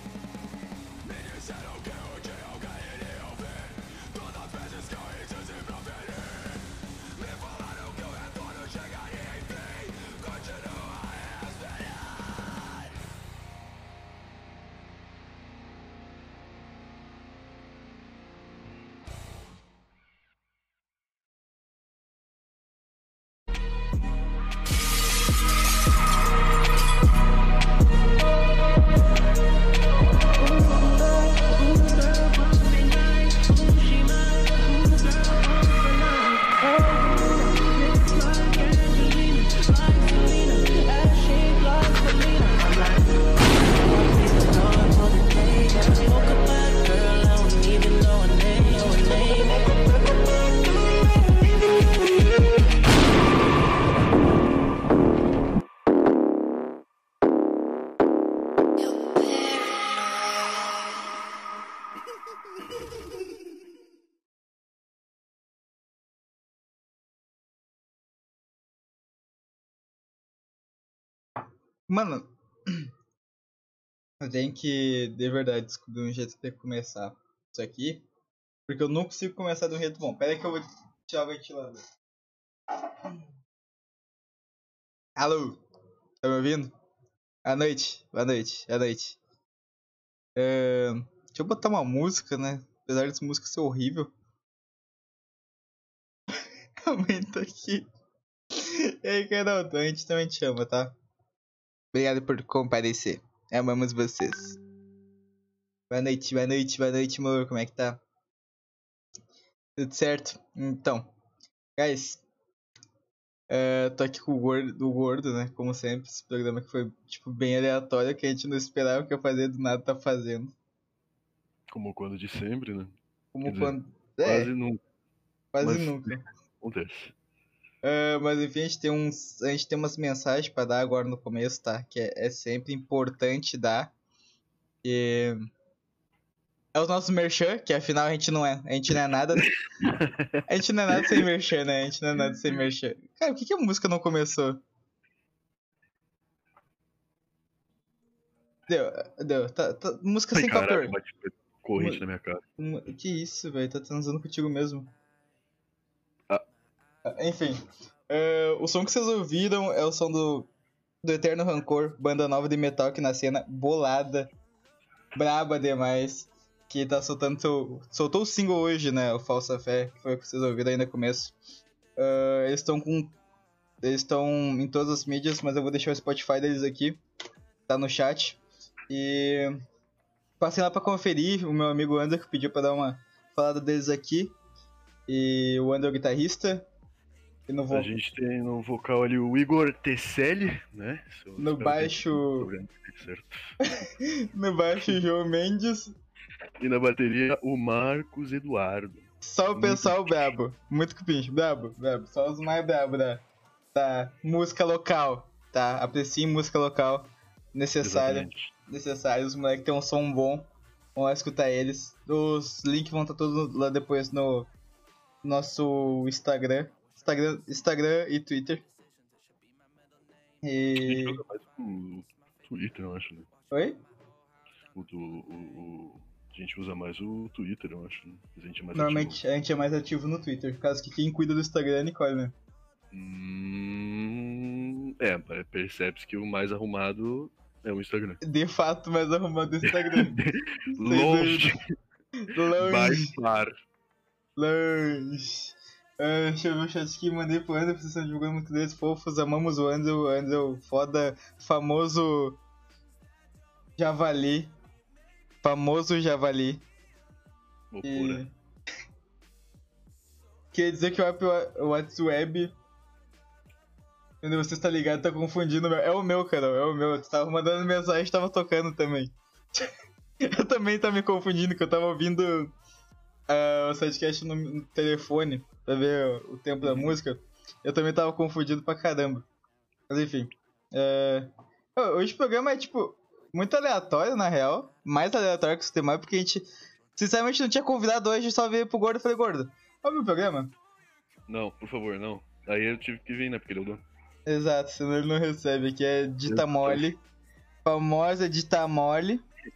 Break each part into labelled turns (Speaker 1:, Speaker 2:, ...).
Speaker 1: Mano, eu tenho que, de verdade, descobrir um jeito de começar isso aqui. Porque eu não consigo começar de um jeito bom. Pera aí que eu vou tirar o ventilador. Alô? Tá me ouvindo? Boa noite, boa noite, boa noite. Deixa eu botar uma música, né? Apesar dessa música ser horrível. Aumenta aqui. E aí, Carol, a gente também te ama, tá? Obrigado por comparecer. Amamos vocês. Boa noite, boa noite, boa noite, amor. Como é que tá? Tudo certo? Então, guys, tô aqui com o gordo, né? Como sempre, esse programa que foi, tipo, bem aleatório, que a gente não esperava que eu fazer, do nada tá fazendo.
Speaker 2: Como quando de sempre, né?
Speaker 1: Como
Speaker 2: Quer dizer,
Speaker 1: quando...
Speaker 2: quase nunca.
Speaker 1: Quase
Speaker 2: Mas
Speaker 1: nunca.
Speaker 2: acontece.
Speaker 1: Mas enfim, a gente tem umas mensagens pra dar agora no começo, tá? Que é sempre importante dar. E... é os nossos merchan, que afinal a gente não é nada. A gente não é nada sem merchan, né? A gente não é nada sem merchan. Cara, por que a música não começou? Deu. Tá, música
Speaker 2: Ai,
Speaker 1: sem
Speaker 2: caralho,
Speaker 1: copyright.
Speaker 2: bate corrente na minha cara.
Speaker 1: Que isso, velho? Tá transando contigo mesmo.
Speaker 2: Ah.
Speaker 1: Enfim. O som que vocês ouviram é o som do Eterno Rancor, banda nova de metal aqui na cena, bolada, braba demais, que tá soltou o single hoje, né, o Falsa Fé, que foi o que vocês ouviram aí no começo. Eles estão em todas as mídias, mas eu vou deixar o Spotify deles aqui, tá no chat, e passei lá pra conferir, o meu amigo André que pediu pra dar uma falada deles aqui, e o André é o guitarrista.
Speaker 2: A gente tem no vocal ali o Igor Tecelli, né?
Speaker 1: No baixo...
Speaker 2: certo.
Speaker 1: No baixo, o João Mendes.
Speaker 2: E na bateria, o Marcos Eduardo.
Speaker 1: Só o pessoal brabo. Muito cupincho. Brabo. Só os mais brabo da música local. Tá? Apreciem música local. Necessário. Os moleques têm um som bom. Vamos lá escutar eles. Os links vão estar todos lá depois no nosso Instagram e Twitter. E...
Speaker 2: a gente usa mais o Twitter, eu acho, né?
Speaker 1: Oi?
Speaker 2: A gente usa mais o Twitter, eu acho. Né?
Speaker 1: Normalmente a gente é mais ativo no Twitter, por causa que quem cuida do Instagram é a Nicole, né?
Speaker 2: Percebe-se que o mais arrumado é o Instagram.
Speaker 1: De fato, mais arrumado do Instagram.
Speaker 2: Longe.
Speaker 1: Longe. Deixa eu ver o chat aqui, mandei pro André, vocês estão divulgando muito deles fofos, amamos o André, foda, famoso javali.
Speaker 2: Loucura.
Speaker 1: Queria dizer que o WhatsApp, quando você está ligado, tá confundindo. É o meu, Carol, é o meu. Tu tava mandando mensagem e tava tocando também. Eu também tava me confundindo, que eu tava ouvindo o sidecast no telefone pra ver o tempo da música. Eu também tava confundido pra caramba. Mas enfim. Hoje o programa é tipo muito aleatório, na real. Mais aleatório que o sistema, porque a gente sinceramente não tinha convidado hoje, só veio pro Gordo e falei, Gordo, ouve o programa?
Speaker 2: Não, por favor, não. Aí eu tive que vir, né, porque ele é o dono.
Speaker 1: Exato, senão ele não recebe, aqui é Dita Mole. Famosa Dita Mole.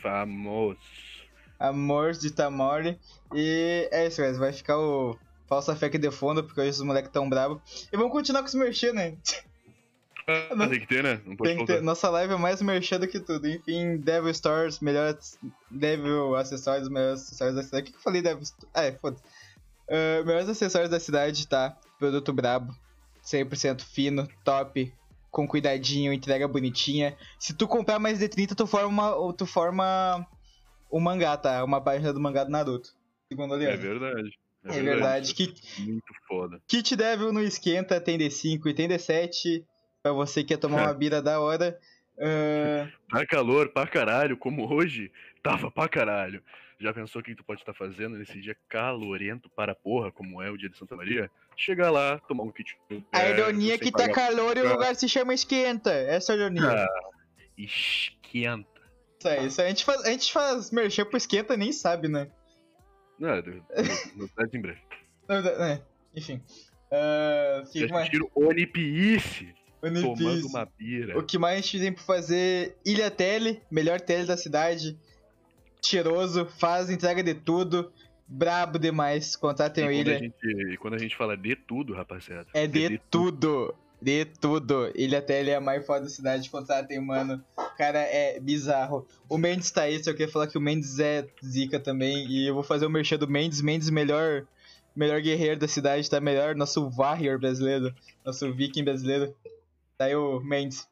Speaker 2: Famoso.
Speaker 1: Amor de Tamori. E é isso, guys. Vai ficar o Falsa Fé que de fundo, porque hoje os moleques tão bravos. E vamos continuar com os merchan, né?
Speaker 2: Tem que ter, né? Não pode
Speaker 1: Tem que
Speaker 2: faltar.
Speaker 1: ter. Nossa live é mais merchan do que tudo. Enfim, Devil Stores, melhores Devil acessórios, melhores acessórios da cidade. O que eu falei, Devil Stores? Ah, foda-se. Melhores acessórios da cidade, tá? Produto brabo. 100% fino, top. Com cuidadinho, entrega bonitinha. Se tu comprar mais de 30, tu forma um mangá, tá? Uma página do mangá do Naruto. Segundo
Speaker 2: É
Speaker 1: aliado.
Speaker 2: verdade.
Speaker 1: É verdade.
Speaker 2: Muito foda.
Speaker 1: Kit Devil não esquenta, tem D5 e tem D7. Pra você que quer tomar uma bira da hora.
Speaker 2: Tá calor pra caralho, como hoje, tava pra caralho. Já pensou o que tu pode estar fazendo nesse dia calorento para porra, como é o dia de Santa Maria? Chegar lá, tomar um kit.
Speaker 1: A ironia é que tá calor e o lugar se chama esquenta. Essa é a ironia.
Speaker 2: Esquenta.
Speaker 1: Isso aí. A gente faz merchan pro esquenta, nem sabe, né?
Speaker 2: Não, em breve.
Speaker 1: Enfim.
Speaker 2: Já tiro One Piece. Tomando uma bira.
Speaker 1: O que mais a gente tem pra fazer? Ilha Tele, melhor tele da cidade. Cheiroso, faz entrega de tudo. Brabo demais. Contratem o Ilha.
Speaker 2: Quando a gente fala de tudo, rapaziada.
Speaker 1: É de tudo. De tudo. Ilha Tele é a mais foda da cidade. Contratem, mano. Cara, é bizarro. O Mendes tá aí, eu queria falar que o Mendes é zica também. E eu vou fazer o merchan do Mendes. Mendes, melhor guerreiro da cidade, tá? Melhor nosso warrior brasileiro. Nosso viking brasileiro. Tá aí o Mendes.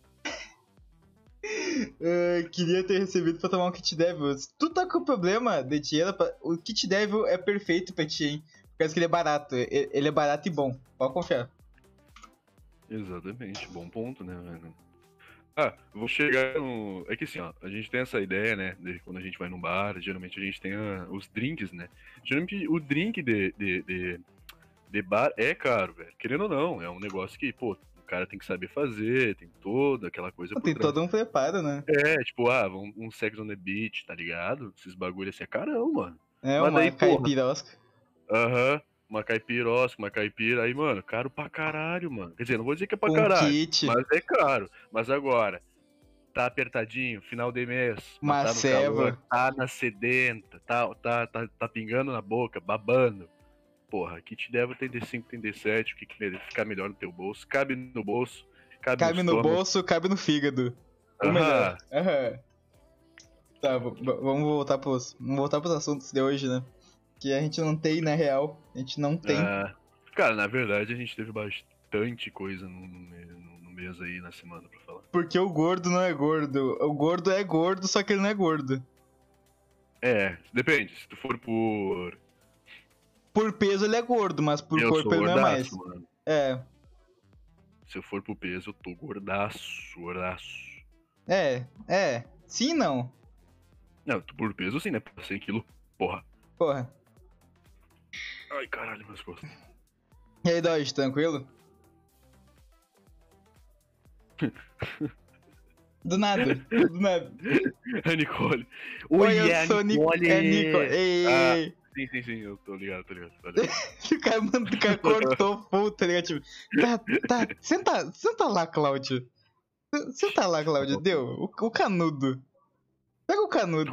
Speaker 1: Queria ter recebido pra tomar um Kit Devil. Se tu tá com problema de dinheiro, o Kit Devil é perfeito pra ti, hein? Por causa que ele é barato. Ele é barato e bom. Pode confiar.
Speaker 2: Exatamente. Bom ponto, né, velho? Vou chegar no... É que assim, ó, a gente tem essa ideia, né, de quando a gente vai num bar, geralmente a gente tem os drinks, né? Geralmente o drink de bar é caro, velho. Querendo ou não, é um negócio que, pô, o cara tem que saber fazer, tem toda aquela coisa por
Speaker 1: Tem
Speaker 2: trás.
Speaker 1: todo um preparo, né?
Speaker 2: Tipo, um Sex on the Beach, tá ligado? Esses bagulho assim é carão, mano.
Speaker 1: É,
Speaker 2: mas
Speaker 1: uma
Speaker 2: daí,
Speaker 1: caipirosca.
Speaker 2: Uma caipirosca, uma caipira. Aí, mano, caro pra caralho, mano. Quer dizer, não vou dizer que é pra
Speaker 1: Um
Speaker 2: caralho,
Speaker 1: kit.
Speaker 2: mas é caro. Mas agora, tá apertadinho, final de mês,
Speaker 1: Uma
Speaker 2: tá no
Speaker 1: ceva.
Speaker 2: calor, tá na sedenta, tá pingando na boca, babando. Porra, kit Devil tem D5, tem D7, o que ficar melhor no teu bolso? Cabe no bolso,
Speaker 1: cabe no bolso, cabe no fígado. O melhor. Tá, vamos voltar pros assuntos de hoje, né? Que a gente não tem, na real. A gente não tem.
Speaker 2: Cara, na verdade, a gente teve bastante coisa no mês aí, na semana, pra falar.
Speaker 1: Porque o gordo não é gordo. O gordo é gordo, só que ele não é gordo.
Speaker 2: Depende. Se tu for
Speaker 1: por peso ele é gordo, mas por corpo ele não é mais. Mano.
Speaker 2: Se eu for pro peso, eu tô gordaço.
Speaker 1: Sim, não.
Speaker 2: Não, por peso sim, né? 100 kg, porra. Ai, caralho, meus costas.
Speaker 1: E aí, Dodge, tranquilo? Do nada.
Speaker 2: A Nicole.
Speaker 1: Oi, eu sou Nicole. É Nicole. Ei.
Speaker 2: Sim, eu tô ligado.
Speaker 1: O cara cortou full, tá ligado? Tipo, tá. Senta lá, Cláudio. Senta lá, Cláudio. Deu. O canudo. Pega o canudo.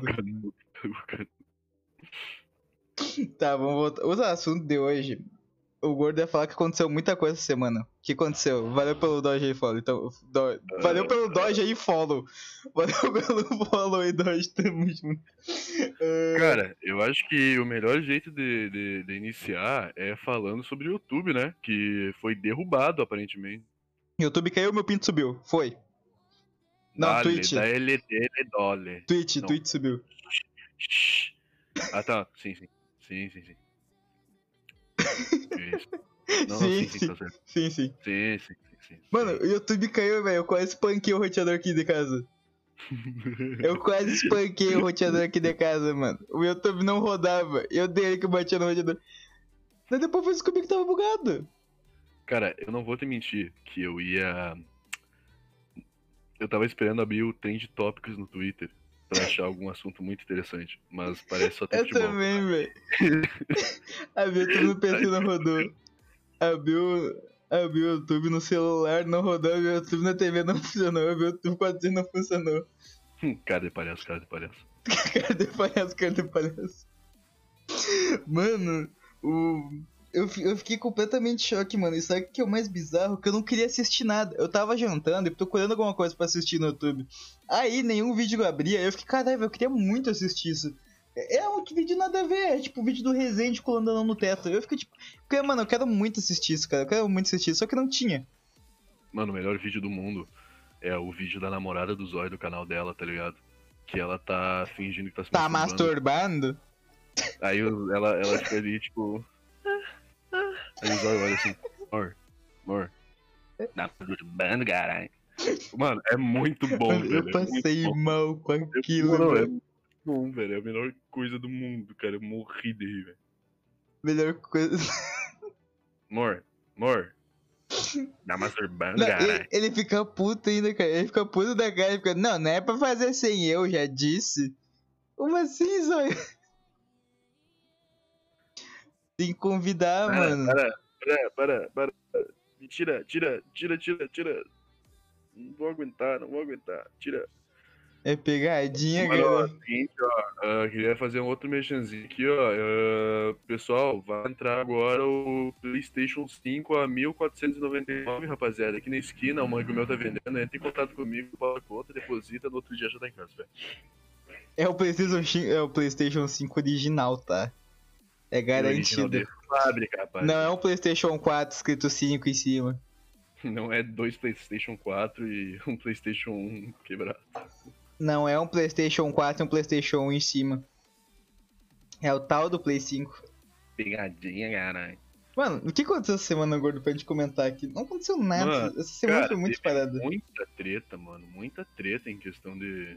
Speaker 1: Tá, vamos voltar. Os assuntos de hoje. O Gordo ia falar que aconteceu muita coisa essa semana. O que aconteceu? Valeu pelo Dodge aí, follow. Então, valeu pelo Dodge aí, follow. Valeu pelo follow aí, Dodge. Tamo junto.
Speaker 2: Cara, eu acho que o melhor jeito de iniciar é falando sobre o YouTube, né? Que foi derrubado, aparentemente.
Speaker 1: YouTube caiu, meu pinto subiu. Foi. Não, Twitch. Twitch subiu.
Speaker 2: Tá. Sim. Sim.
Speaker 1: Mano, o YouTube caiu, velho. Eu quase espanquei o roteador aqui de casa. Mano. O YouTube não rodava. Eu dei ele que batia no roteador. Mas depois eu descobri que tava bugado.
Speaker 2: Cara, eu não vou te mentir que eu tava esperando abrir o Trend Topics no Twitter pra achar algum assunto muito interessante, mas parece só ter futebol.
Speaker 1: Eu também, velho. Abriu tudo no PC, não rodou. Abriu o YouTube no celular, não rodou. Abriu o YouTube na TV, não funcionou. Abriu o YouTube 4G, não funcionou.
Speaker 2: Cara de palhaço, cara de palhaço.
Speaker 1: Cara de palhaço. Mano, eu fiquei completamente em choque, mano. E sabe o que é o mais bizarro? Que eu não queria assistir nada. Eu tava jantando e procurando alguma coisa pra assistir no YouTube. Aí nenhum vídeo abria. Eu fiquei, caralho, eu queria muito assistir isso. É um vídeo nada a ver. É tipo o vídeo do Resende colando no teto. Eu fiquei tipo, mano, eu quero muito assistir isso, cara. Eu quero muito assistir isso, só que não tinha.
Speaker 2: Mano, o melhor vídeo do mundo é o vídeo da namorada do Zóio do canal dela, tá ligado? Que ela tá fingindo que tá se
Speaker 1: Tá
Speaker 2: masturbando.
Speaker 1: masturbando?
Speaker 2: Aí ela fica ali, tipo. Aí o Zóio olha assim, amor, tá masturbando, caralho. Mano, é muito bom,
Speaker 1: Mano,
Speaker 2: velho.
Speaker 1: eu passei mal com aquilo,
Speaker 2: Não, é
Speaker 1: velho.
Speaker 2: muito bom, velho. É a melhor coisa do mundo, cara. Eu morri de rir, velho.
Speaker 1: Melhor coisa.
Speaker 2: Amor, tá masturbando,
Speaker 1: Não,
Speaker 2: caralho.
Speaker 1: ele fica puto ainda, cara. Ele fica puto da cara. Ele fica, não é pra fazer sem eu, já disse. Como assim, Zóio? Tem que convidar, mano.
Speaker 2: Para. Tira. Não vou aguentar. Tira.
Speaker 1: É pegadinha,
Speaker 2: Mano, ó,
Speaker 1: cara.
Speaker 2: seguinte, ó, queria fazer um outro merchanzinho aqui, ó. Pessoal, vai entrar agora o PlayStation 5 a 1.499, rapaziada. Aqui na esquina, o amigo meu tá vendendo. Entra em contato comigo, paga a conta, deposita, no outro dia já tá em casa, velho.
Speaker 1: É o PlayStation 5 original, tá? É
Speaker 2: Original
Speaker 1: garantido.
Speaker 2: de fábrica, rapaz.
Speaker 1: Não é um PlayStation 4 escrito 5 em cima.
Speaker 2: Não é 2 PlayStation 4 e um PlayStation 1 quebrado.
Speaker 1: Não é um PlayStation 4 e um PlayStation 1 em cima. É o tal do Play 5.
Speaker 2: Pegadinha, caralho.
Speaker 1: Mano, o que aconteceu essa semana, gordo, pra gente comentar aqui? Não aconteceu nada.
Speaker 2: Mano,
Speaker 1: Essa semana
Speaker 2: cara,
Speaker 1: foi muito
Speaker 2: teve
Speaker 1: parada.
Speaker 2: muita treta, mano. Muita treta em questão de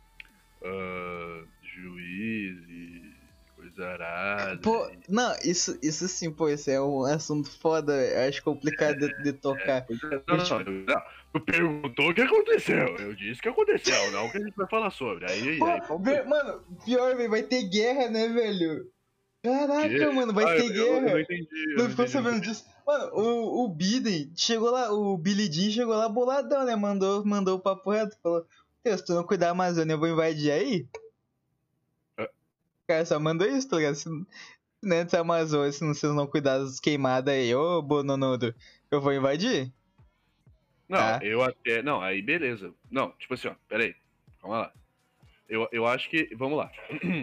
Speaker 2: juiz e coisa arada.
Speaker 1: Pô, não, isso sim, pô, isso é um assunto foda, eu acho complicado de tocar.
Speaker 2: Tu perguntou o que aconteceu. Eu disse que aconteceu, não o que a gente vai falar sobre.
Speaker 1: Pô, mano, pior, velho, vai ter guerra, né, velho? Caraca,
Speaker 2: Que?
Speaker 1: mano, vai ter guerra.
Speaker 2: Eu não entendi.
Speaker 1: Não ficou sabendo disso? Mano, o Biden chegou lá, o Billy Jean chegou lá boladão, né? Mandou o papo reto, falou: se tu não cuidar da Amazônia, eu vou invadir aí. Cara, só mandou isso, tá ligado? Se dentro da Amazônia, se vocês não cuidar das queimadas aí, ô Bononodo, eu vou invadir.
Speaker 2: Não,
Speaker 1: Tá.
Speaker 2: eu até. Não, aí beleza. Não, tipo assim, ó, peraí. Calma lá. Eu acho que. Vamos lá.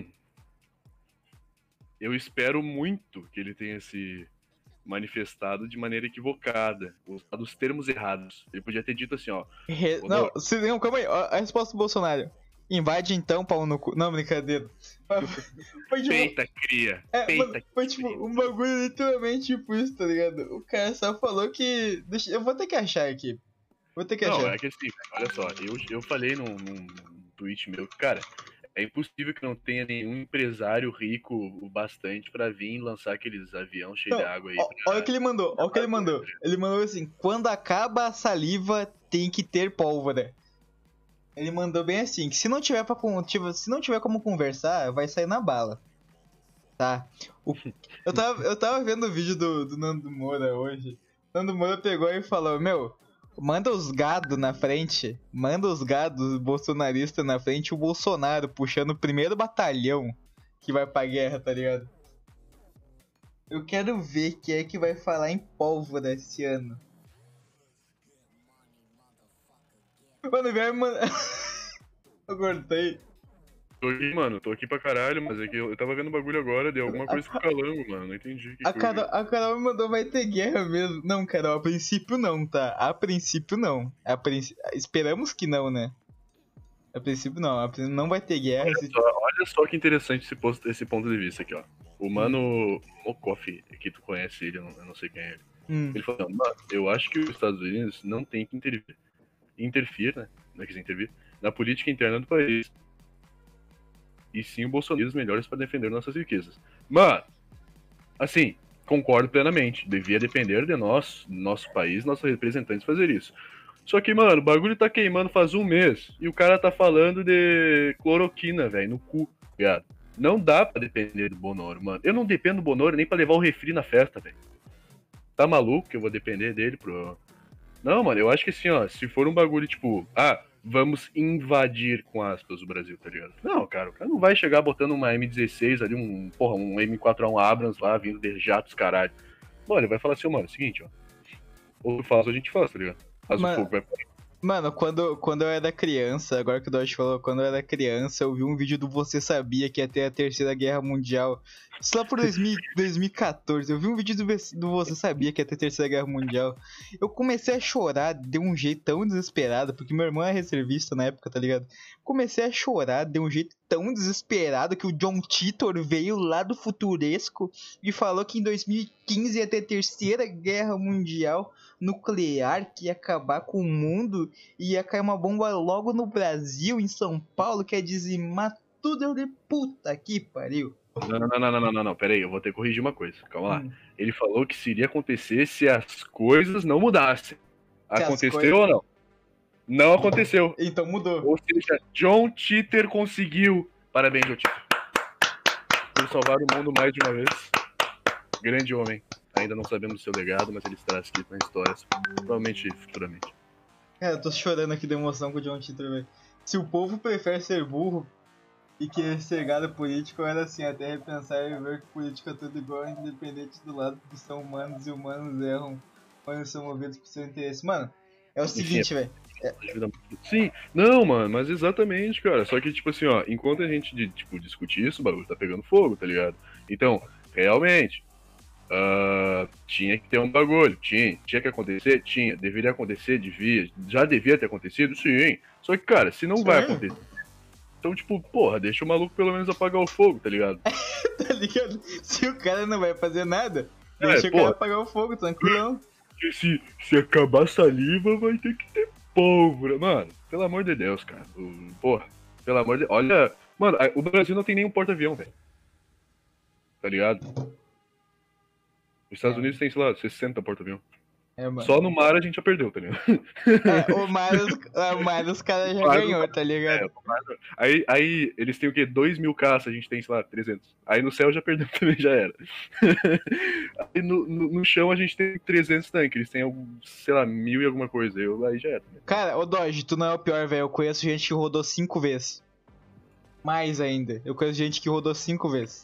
Speaker 2: Eu espero muito que ele tenha se manifestado de maneira equivocada, usado os termos errados. Ele podia ter dito assim, ó.
Speaker 1: Não, calma aí, ó, a resposta do Bolsonaro. Invade então, pau no cu. Não, brincadeira. Foi tipo,
Speaker 2: Peita, cria.
Speaker 1: foi tipo um bagulho literalmente tipo isso, tá ligado? O cara só falou que. Eu vou ter que achar aqui.
Speaker 2: Não, é que assim, olha só, eu falei num tweet meu, cara, é impossível que não tenha nenhum empresário rico o bastante pra vir lançar aqueles aviões cheios de água aí.
Speaker 1: Olha o que ele mandou, olha o que ele mandou. Ele mandou assim: quando acaba a saliva, tem que ter pólvora. Ele mandou bem assim, que se não tiver como conversar, vai sair na bala. Tá? Eu tava vendo o vídeo do Nando Moura hoje. O Nando Moura pegou e falou: meu, manda os gados na frente. Manda os gados bolsonaristas na frente. O Bolsonaro puxando o primeiro batalhão que vai pra guerra, tá ligado? Eu quero ver quem é que vai falar em pólvora esse ano. Mano, vai, mano. Eu cortei.
Speaker 2: Tô aqui pra caralho, mas é que eu tava vendo bagulho agora, deu alguma coisa com o Calango, mano, não entendi.
Speaker 1: A Carol me mandou, vai ter guerra mesmo. Não, Carol, a princípio não, tá? A princípio não. Esperamos que não, né? A princípio não vai ter guerra.
Speaker 2: Olha só que interessante esse ponto de vista aqui, ó. O mano Mokoff, que tu conhece ele, eu não sei quem é ele. Ele falou, mano, eu acho que os Estados Unidos não tem que intervir, né? Não quis intervir na política interna do país. E sim o Bolsonaro os melhores para defender nossas riquezas. Mano, assim, concordo plenamente. Devia depender de nós, nosso país, nossos representantes fazer isso. Só que, mano, o bagulho tá queimando faz um mês. E o cara tá falando de cloroquina, velho, no cu, ligado? Não dá pra depender do Bonoro, mano. Eu não dependo do Bonoro nem pra levar o refri na festa, velho. Tá maluco que eu vou depender dele pro... Não, mano, eu acho que assim, ó, se for um bagulho tipo, vamos invadir, com aspas, o Brasil, tá ligado? Não, cara, o cara não vai chegar botando uma M16 ali, um M4A1 Abrams lá, vindo de jatos, caralho. Mano, ele vai falar assim, mano, é o seguinte, ó. Ou tu faz ou a gente faz, tá ligado? Mas o fogo vai parar.
Speaker 1: Mano, quando eu era criança, agora que o Dodge falou, quando eu era criança, eu vi um vídeo do Você Sabia que ia ter a Terceira Guerra Mundial. Isso lá por 2014. Eu vi um vídeo do Você Sabia que ia ter a Terceira Guerra Mundial. Eu comecei a chorar de um jeito tão desesperado, porque meu irmão é reservista na época, tá ligado? Comecei a chorar de um jeito tão desesperado que o John Titor veio lá do Futuresco e falou que em 2015 ia ter a Terceira Guerra Mundial nuclear, que ia acabar com o mundo, e ia cair uma bomba logo no Brasil, em São Paulo, que ia dizimar tudo. Eu de puta que pariu.
Speaker 2: Não, pera aí, eu vou ter que corrigir uma coisa, calma lá. Ele falou que isso iria acontecer se as coisas não mudassem. Aconteceu ou não? Não aconteceu.
Speaker 1: Então mudou.
Speaker 2: Ou seja, John Titor conseguiu. Parabéns, John Titor. Por salvar o mundo mais de uma vez. Grande homem. Ainda não sabemos o seu legado, mas ele estará escrito na história, provavelmente futuramente.
Speaker 1: Cara, eu tô chorando aqui de emoção com o John Titor, velho. Se o povo prefere ser burro e querer ser gado político, era assim, até repensar e ver que política é tudo igual, independente do lado, porque são humanos e humanos erram quando são movidos por seu interesse. Mano, é o seguinte, velho.
Speaker 2: Sim, não, mano, mas exatamente, cara. Só que, tipo assim, ó, enquanto a gente, discutir isso, o bagulho tá pegando fogo, tá ligado? Então, realmente, tinha que ter um bagulho. Tinha que acontecer? Tinha. Deveria acontecer? Devia. Já devia ter acontecido? Sim. Só que, cara, se não vai acontecer, então, tipo, porra, deixa o maluco pelo menos apagar o fogo, tá ligado?
Speaker 1: Tá ligado? Se o cara não vai fazer nada, deixa o cara apagar o fogo, tranquilão.
Speaker 2: Se acabar a saliva, vai ter que ter pólvora. Mano, pelo amor de Deus, cara. Porra, pelo amor de... Olha, mano, o Brasil não tem nenhum porta-avião, velho. Tá ligado? Os Estados Unidos tem, sei lá, 60 porta-avião. Só no mar a gente já perdeu, tá ligado?
Speaker 1: O mar os caras já ganhou, tá ligado?
Speaker 2: Aí eles têm o quê? 2.000 caças, a gente tem, sei lá, 300. Aí no céu já perdeu também, já era. Aí no chão a gente tem 300 tanques, eles têm, sei lá, 1.000 e alguma coisa. Aí já era.
Speaker 1: Cara, ô Dodge, tu não é o pior, velho. Eu conheço gente que rodou 5 vezes. Mais ainda. Eu conheço gente que rodou 5 vezes.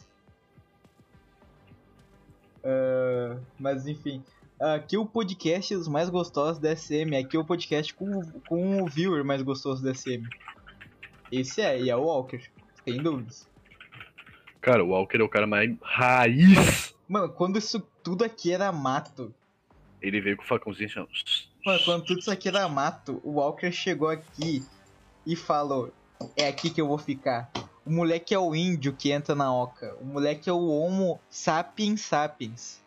Speaker 1: Mas enfim. Aqui é o podcast dos mais gostosos da SM. Aqui é o podcast com o viewer mais gostoso da SM. Esse e é o Walker. Sem dúvidas.
Speaker 2: Cara, o Walker é o cara mais raiz.
Speaker 1: Mano, quando isso tudo aqui era mato.
Speaker 2: Ele veio com o facãozinho assim,
Speaker 1: Mano, quando tudo isso aqui era mato, o Walker chegou aqui e falou: é aqui que eu vou ficar. O moleque é o índio que entra na oca. O moleque é o Homo sapiens sapiens.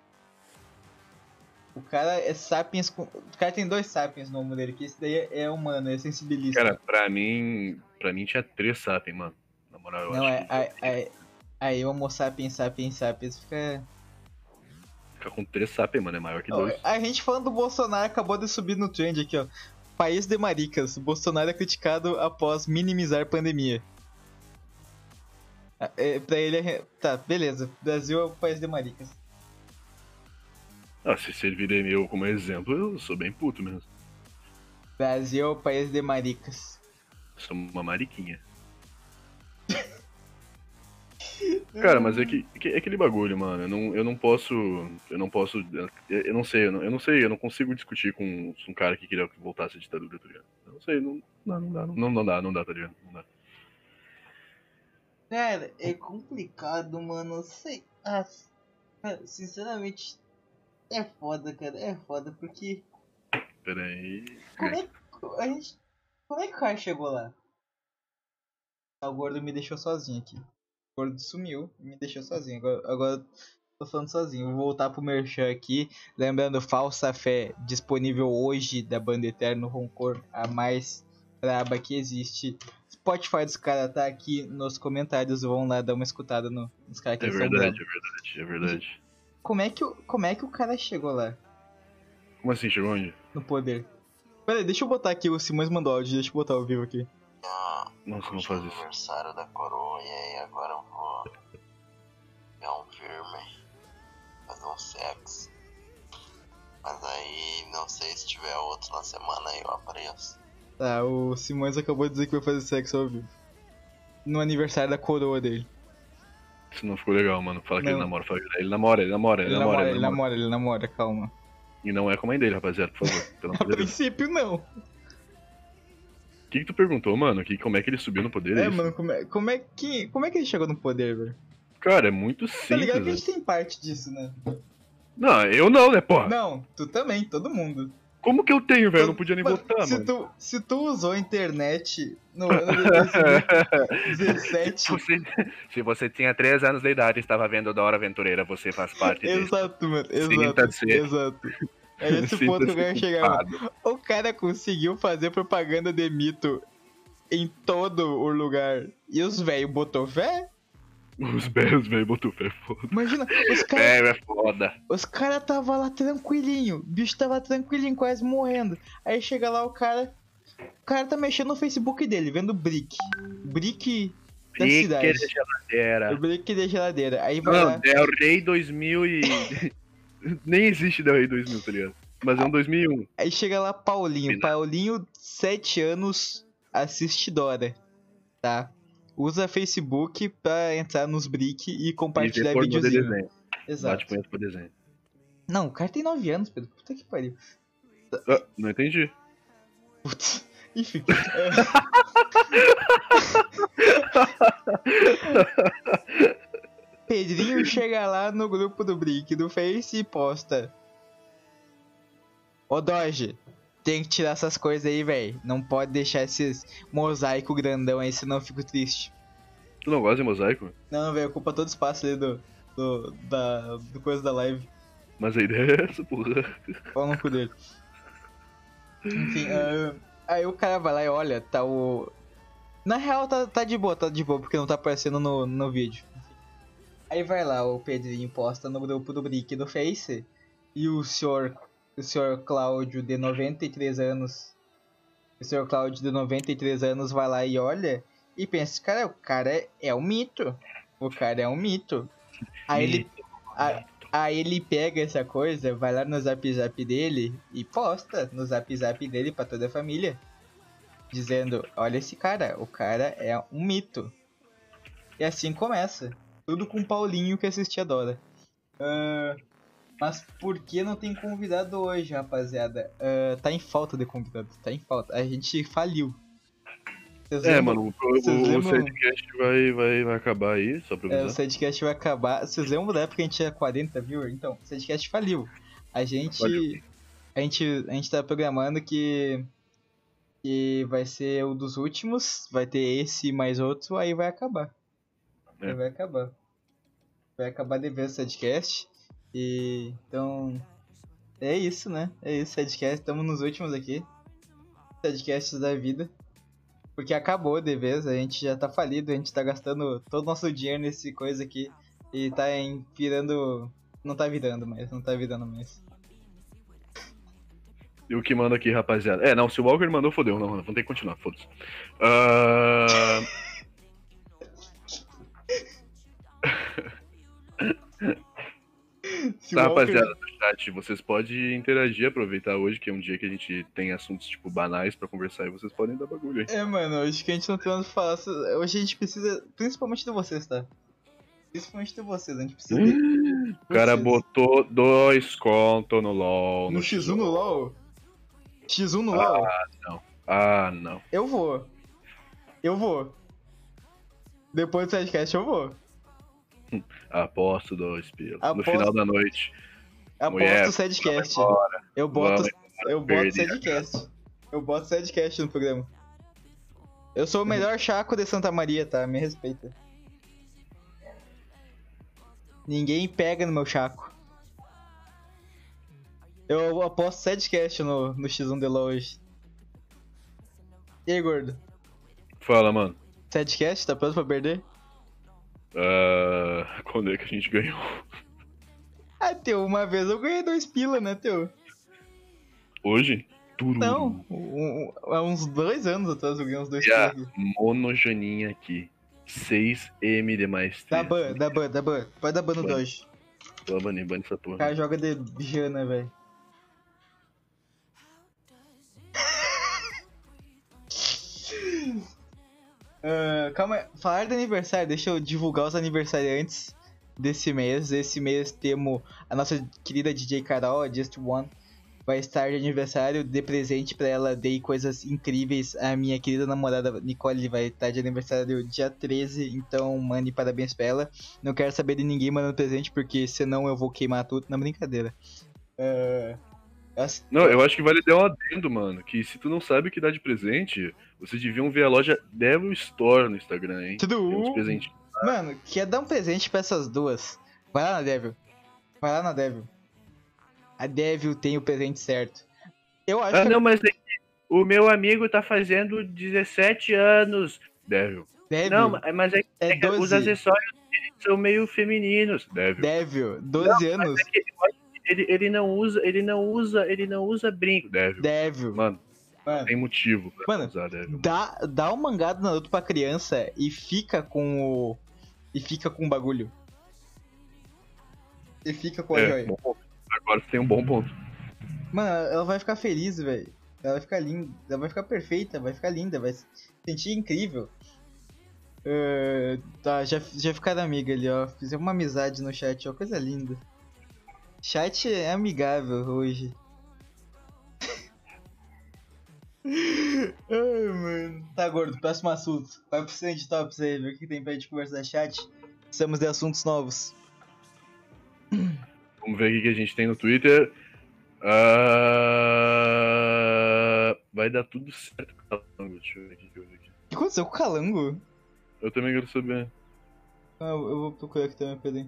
Speaker 1: O cara é sapiens. O cara tem 2 sapiens no nome dele, que esse daí é humano, é sensibilista.
Speaker 2: Cara, pra mim tinha 3 sapiens, mano. Na moral, eu acho.
Speaker 1: Aí Homo sapiens sapiens sapiens fica
Speaker 2: com 3 sapiens, mano, é maior que 2.
Speaker 1: A gente falando do Bolsonaro acabou de subir no trend aqui, ó. País de maricas. Bolsonaro é criticado após minimizar pandemia. Pra ele tá, beleza. Brasil é o país de maricas.
Speaker 2: Se servirem eu como exemplo, eu sou bem puto mesmo.
Speaker 1: Brasil é o país de maricas.
Speaker 2: Sou uma mariquinha. Cara, mas é aquele bagulho, mano. Eu não posso. Eu não sei, eu não consigo discutir com um cara que queria que voltasse a ditadura, tá ligado? Eu não sei, não dá, tá ligado? Não dá.
Speaker 1: Cara, é complicado, mano. Eu sei. Cara, sinceramente, é foda, cara. É foda, porque.
Speaker 2: Pera aí.
Speaker 1: Como é que o cara chegou lá? O gordo me deixou sozinho aqui. O gordo sumiu e me deixou sozinho. Agora tô falando sozinho. Vou voltar pro Merchan aqui. Lembrando, Falsa Fé disponível hoje da Banda Eterno Roncor, a mais braba que existe. Spotify dos caras tá aqui nos comentários. Vão lá dar uma escutada nos caras que
Speaker 2: é verdade.
Speaker 1: Como é que o cara chegou lá?
Speaker 2: Como assim, chegou onde?
Speaker 1: No poder. Pera aí, deixa eu botar aqui, o Simões mandou áudio, deixa eu botar ao vivo aqui.
Speaker 2: Nossa, não faz isso.
Speaker 3: Aniversário da coroa, e aí agora eu vou pegar um firme, fazer um sexo. Mas aí, não sei se tiver outro na semana aí eu apareço.
Speaker 1: Tá, o Simões acabou de dizer que vai fazer sexo ao vivo. No aniversário da coroa dele.
Speaker 2: Isso não ficou legal, mano. Fala que ele
Speaker 1: Não.
Speaker 2: namora. Fala que ele namora.
Speaker 1: Ele namora, calma.
Speaker 2: E não é com a mãe dele, rapaziada, por favor. Pelo
Speaker 1: A
Speaker 2: amor de Deus.
Speaker 1: princípio, não.
Speaker 2: O que tu perguntou, mano? Como é que ele subiu no poder?
Speaker 1: É,
Speaker 2: isso?
Speaker 1: mano, como é que ele chegou no poder, velho?
Speaker 2: Cara, é muito
Speaker 1: Tá ligado
Speaker 2: simples.
Speaker 1: que a gente tem parte disso, né?
Speaker 2: Não, eu não, né, porra?
Speaker 1: Não, tu também, todo mundo.
Speaker 2: Como que eu tenho, velho? Eu não podia nem votar,
Speaker 1: se
Speaker 2: mano.
Speaker 1: se tu usou a internet no ano de 2017...
Speaker 2: Se você tinha 3 anos de idade e estava vendo Dora Aventureira, você faz parte disso.
Speaker 1: Exato, mano,
Speaker 2: Sinta-se-
Speaker 1: exato. É esse ponto que eu quero
Speaker 2: Sinta-se
Speaker 1: chegar, mano.
Speaker 2: culpado.
Speaker 1: O cara conseguiu fazer propaganda de mito em todo o lugar. E os velhos botou fé?
Speaker 2: Os velho, botou fé, foda.
Speaker 1: Imagina, os caras
Speaker 2: É, é foda.
Speaker 1: tava lá tranquilinho. O bicho tava tranquilinho, quase morrendo. Aí chega lá o cara. O cara tá mexendo no Facebook dele, vendo Brick. Brick da
Speaker 2: Brick
Speaker 1: cidade.
Speaker 2: de geladeira.
Speaker 1: O Brick da geladeira. Aí vai lá.
Speaker 2: Não, Del Rey 2000 e... Nem existe Del Rey 2000, tá ligado? Mas é um 2001.
Speaker 1: Aí chega lá Paulinho.
Speaker 2: Final.
Speaker 1: Paulinho, 7 anos, assiste Dora. Tá? Usa Facebook pra entrar nos Brick e compartilhar
Speaker 2: E ver pornô de
Speaker 1: videozinho.
Speaker 2: desenho. Bate
Speaker 1: Exato.
Speaker 2: punheta pra desenho.
Speaker 1: Não, o cara tem 9 anos, Pedro. Puta que pariu.
Speaker 2: Ah, não entendi.
Speaker 1: Putz. Enfim. Pedrinho chega lá no grupo do Brick do Face e posta. Ô Doge, tem que tirar essas coisas aí, velho. Não pode deixar esses mosaico grandão aí, senão eu fico triste.
Speaker 2: Tu não gosta de mosaico?
Speaker 1: Não, velho, ocupa todo o espaço ali do coisa da live.
Speaker 2: Mas a ideia é essa, porra.
Speaker 1: Fala no cu dele. Enfim, aí o cara vai lá e olha, tá o... Na real tá de boa, porque não tá aparecendo no vídeo. Aí vai lá, o Pedrinho posta no grupo do Brick do Face. E o senhor Cláudio, de 93 anos... O senhor Cláudio, de 93 anos, vai lá e olha... E pensa, cara, o cara é um mito. O cara é um mito. Aí ele pega essa coisa, vai lá no Zap Zap dele e posta no Zap Zap dele pra toda a família. Dizendo, olha esse cara, o cara é um mito. E assim começa. Tudo com o Paulinho que assistia Dora. Mas por que não tem convidado hoje, rapaziada? Tá em falta de convidado, tá em falta. A gente faliu. Vocês lembram?
Speaker 2: Mano,
Speaker 1: vocês
Speaker 2: o
Speaker 1: lembram-
Speaker 2: sidecast vai acabar aí, só pra
Speaker 1: o
Speaker 2: avisar.
Speaker 1: Sidecast vai acabar. Vocês lembram da época que a gente tinha 40 viewers? Então, o Sidecast faliu. A gente tá programando que vai ser um dos últimos. Vai ter esse e mais outro, aí vai acabar.
Speaker 2: É.
Speaker 1: Aí vai acabar. Vai acabar de vez o Sidecast. E então. É isso, né? É isso, Sidecast. Estamos nos últimos aqui. Sidcasts da vida. Porque acabou de vez, a gente já tá falido, a gente tá gastando todo o nosso dinheiro nesse coisa aqui. E tá virando. Não tá virando mais.
Speaker 2: E o que manda aqui, rapaziada? Não, se o Walker mandou, fodeu. Não, vamos ter que continuar, foda-se.
Speaker 1: Se
Speaker 2: Tá,
Speaker 1: o Walker-
Speaker 2: rapaziada do chat, vocês podem interagir, aproveitar hoje, que é um dia que a gente tem assuntos, tipo, banais pra conversar, e vocês podem dar bagulho aí.
Speaker 1: Mano, acho que a gente não tem onde falar. Hoje a gente precisa, principalmente de vocês, tá? Principalmente de vocês, a gente precisa de.
Speaker 2: O cara
Speaker 1: vocês.
Speaker 2: botou 2 conto no LoL.
Speaker 1: No X1 no LoL? X1 no LoL?
Speaker 2: Ah, não.
Speaker 1: Eu vou. Depois do podcast eu vou.
Speaker 2: Aposto 2 pilas. No
Speaker 1: Aposto-
Speaker 2: final da noite.
Speaker 1: Aposto
Speaker 2: Mulher,
Speaker 1: o Sidecast.
Speaker 2: vamos embora.
Speaker 1: Eu boto
Speaker 2: perder,
Speaker 1: Sidecast. Eu boto Sidecast no programa. Eu sou o melhor chaco de Santa Maria, tá? Me respeita. Ninguém pega no meu chaco. Eu aposto Sidecast no X1 de LoL hoje. E aí, gordo?
Speaker 2: Fala, mano.
Speaker 1: Sidecast? Tá pronto pra perder?
Speaker 2: Quando é que a gente ganhou?
Speaker 1: Ah, Teu, uma vez eu ganhei 2 pila, né, Teu?
Speaker 2: Hoje? Tururu.
Speaker 1: Não, há uns 2 anos atrás eu ganhei uns 2 pila
Speaker 2: Já,
Speaker 1: aqui.
Speaker 2: monojaninha aqui. 6M de mais 3.
Speaker 1: Dá ban. Pode dar ban no
Speaker 2: Ban.
Speaker 1: Doge.
Speaker 2: Bane essa
Speaker 1: O
Speaker 2: porra.
Speaker 1: cara joga de Jana, velho. Calma aí. Falar do aniversário, deixa eu divulgar os aniversariantes desse mês. Esse mês temos a nossa querida DJ Carol, a Just One. Vai estar de aniversário, dê presente pra ela, dei coisas incríveis. A minha querida namorada Nicole vai estar de aniversário dia 13, então mande parabéns pra ela. Não quero saber de ninguém mandando presente, porque senão eu vou queimar tudo. Não, brincadeira.
Speaker 2: Não, eu acho que vale dar um adendo, mano. Que se tu não sabe o que dá de presente, vocês deviam ver a loja Devil Store no Instagram, hein? Tem uns presentes.
Speaker 1: Mano, quer dar um presente pra essas duas? Vai lá na Devil. Vai lá na Devil. A Devil tem o presente certo. Eu acho que...
Speaker 2: não, mas é que o meu amigo tá fazendo 17 anos. Devil. Não, mas é que
Speaker 1: 12.
Speaker 2: os acessórios são meio femininos.
Speaker 1: Devil, 12 anos.
Speaker 2: É que ele não usa brinco.
Speaker 1: Devil.
Speaker 2: Mano, tem motivo pra usar Devil.
Speaker 1: Dá um mangá do Naruto pra criança e fica com o... E fica com o bagulho. E fica com a joia.
Speaker 2: Bom, agora você tem um bom ponto.
Speaker 1: Mano, ela vai ficar feliz, velho. Ela vai ficar linda. Ela vai ficar perfeita, vai ficar linda, vai se sentir incrível. Tá, já ficaram amiga ali, ó. Fizemos uma amizade no chat, ó. Coisa linda. Chat é amigável hoje. Ai, mano. Tá, gordo, próximo assunto. Vai pro Trend Tops aí, ver o que tem pra gente conversar no chat. Precisamos de assuntos novos.
Speaker 2: Vamos ver o que a gente tem no Twitter. Vai dar tudo certo com o Calango. Deixa eu ver aqui.
Speaker 1: O que aconteceu com o Calango?
Speaker 2: Eu também quero saber.
Speaker 1: Eu vou procurar aqui também, peraí.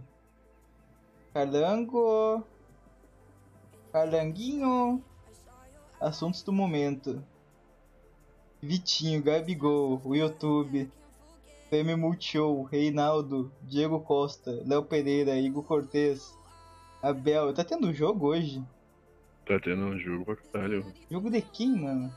Speaker 1: Calango. Calanguinho. Assuntos do momento. Vitinho, Gabigol, o YouTube. Prêmio Multishow, Reinaldo, Diego Costa, Léo Pereira, Igor Cortez, Abel. Tá tendo jogo hoje?
Speaker 2: Tá tendo um jogo pra caralho.
Speaker 1: Jogo de quem, mano?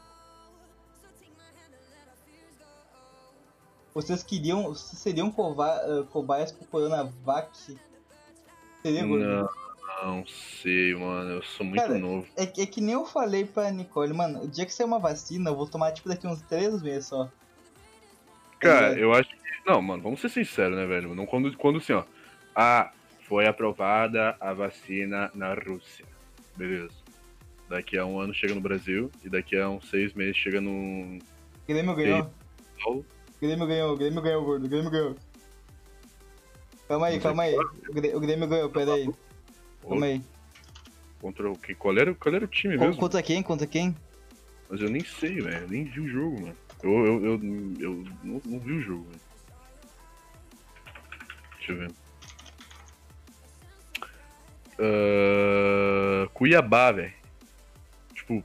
Speaker 1: Vocês seriam cobaias pro Coronavac? Seria, gordo?
Speaker 2: Não sei, mano. Eu sou muito novo.
Speaker 1: É que nem eu falei pra Nicole, mano. O dia que sair uma vacina, eu vou tomar tipo daqui uns 3 meses só.
Speaker 2: Cara, eu acho que... Não, mano, vamos ser sinceros, né, velho? Não, quando assim, ó... foi aprovada a vacina na Rússia. Beleza. Daqui a um ano chega no Brasil. E daqui a uns 6 meses chega no...
Speaker 1: Grêmio ganhou. Grêmio ganhou, gordo. Grêmio ganhou. Calma aí. O Grêmio ganhou, pera aí. Calma aí.
Speaker 2: Contra o que? Qual era o time mesmo?
Speaker 1: Contra quem?
Speaker 2: Mas eu nem sei, velho. Eu nem vi o jogo, mano. Eu não vi o jogo, velho. Deixa eu ver. Cuiabá, velho. Tipo.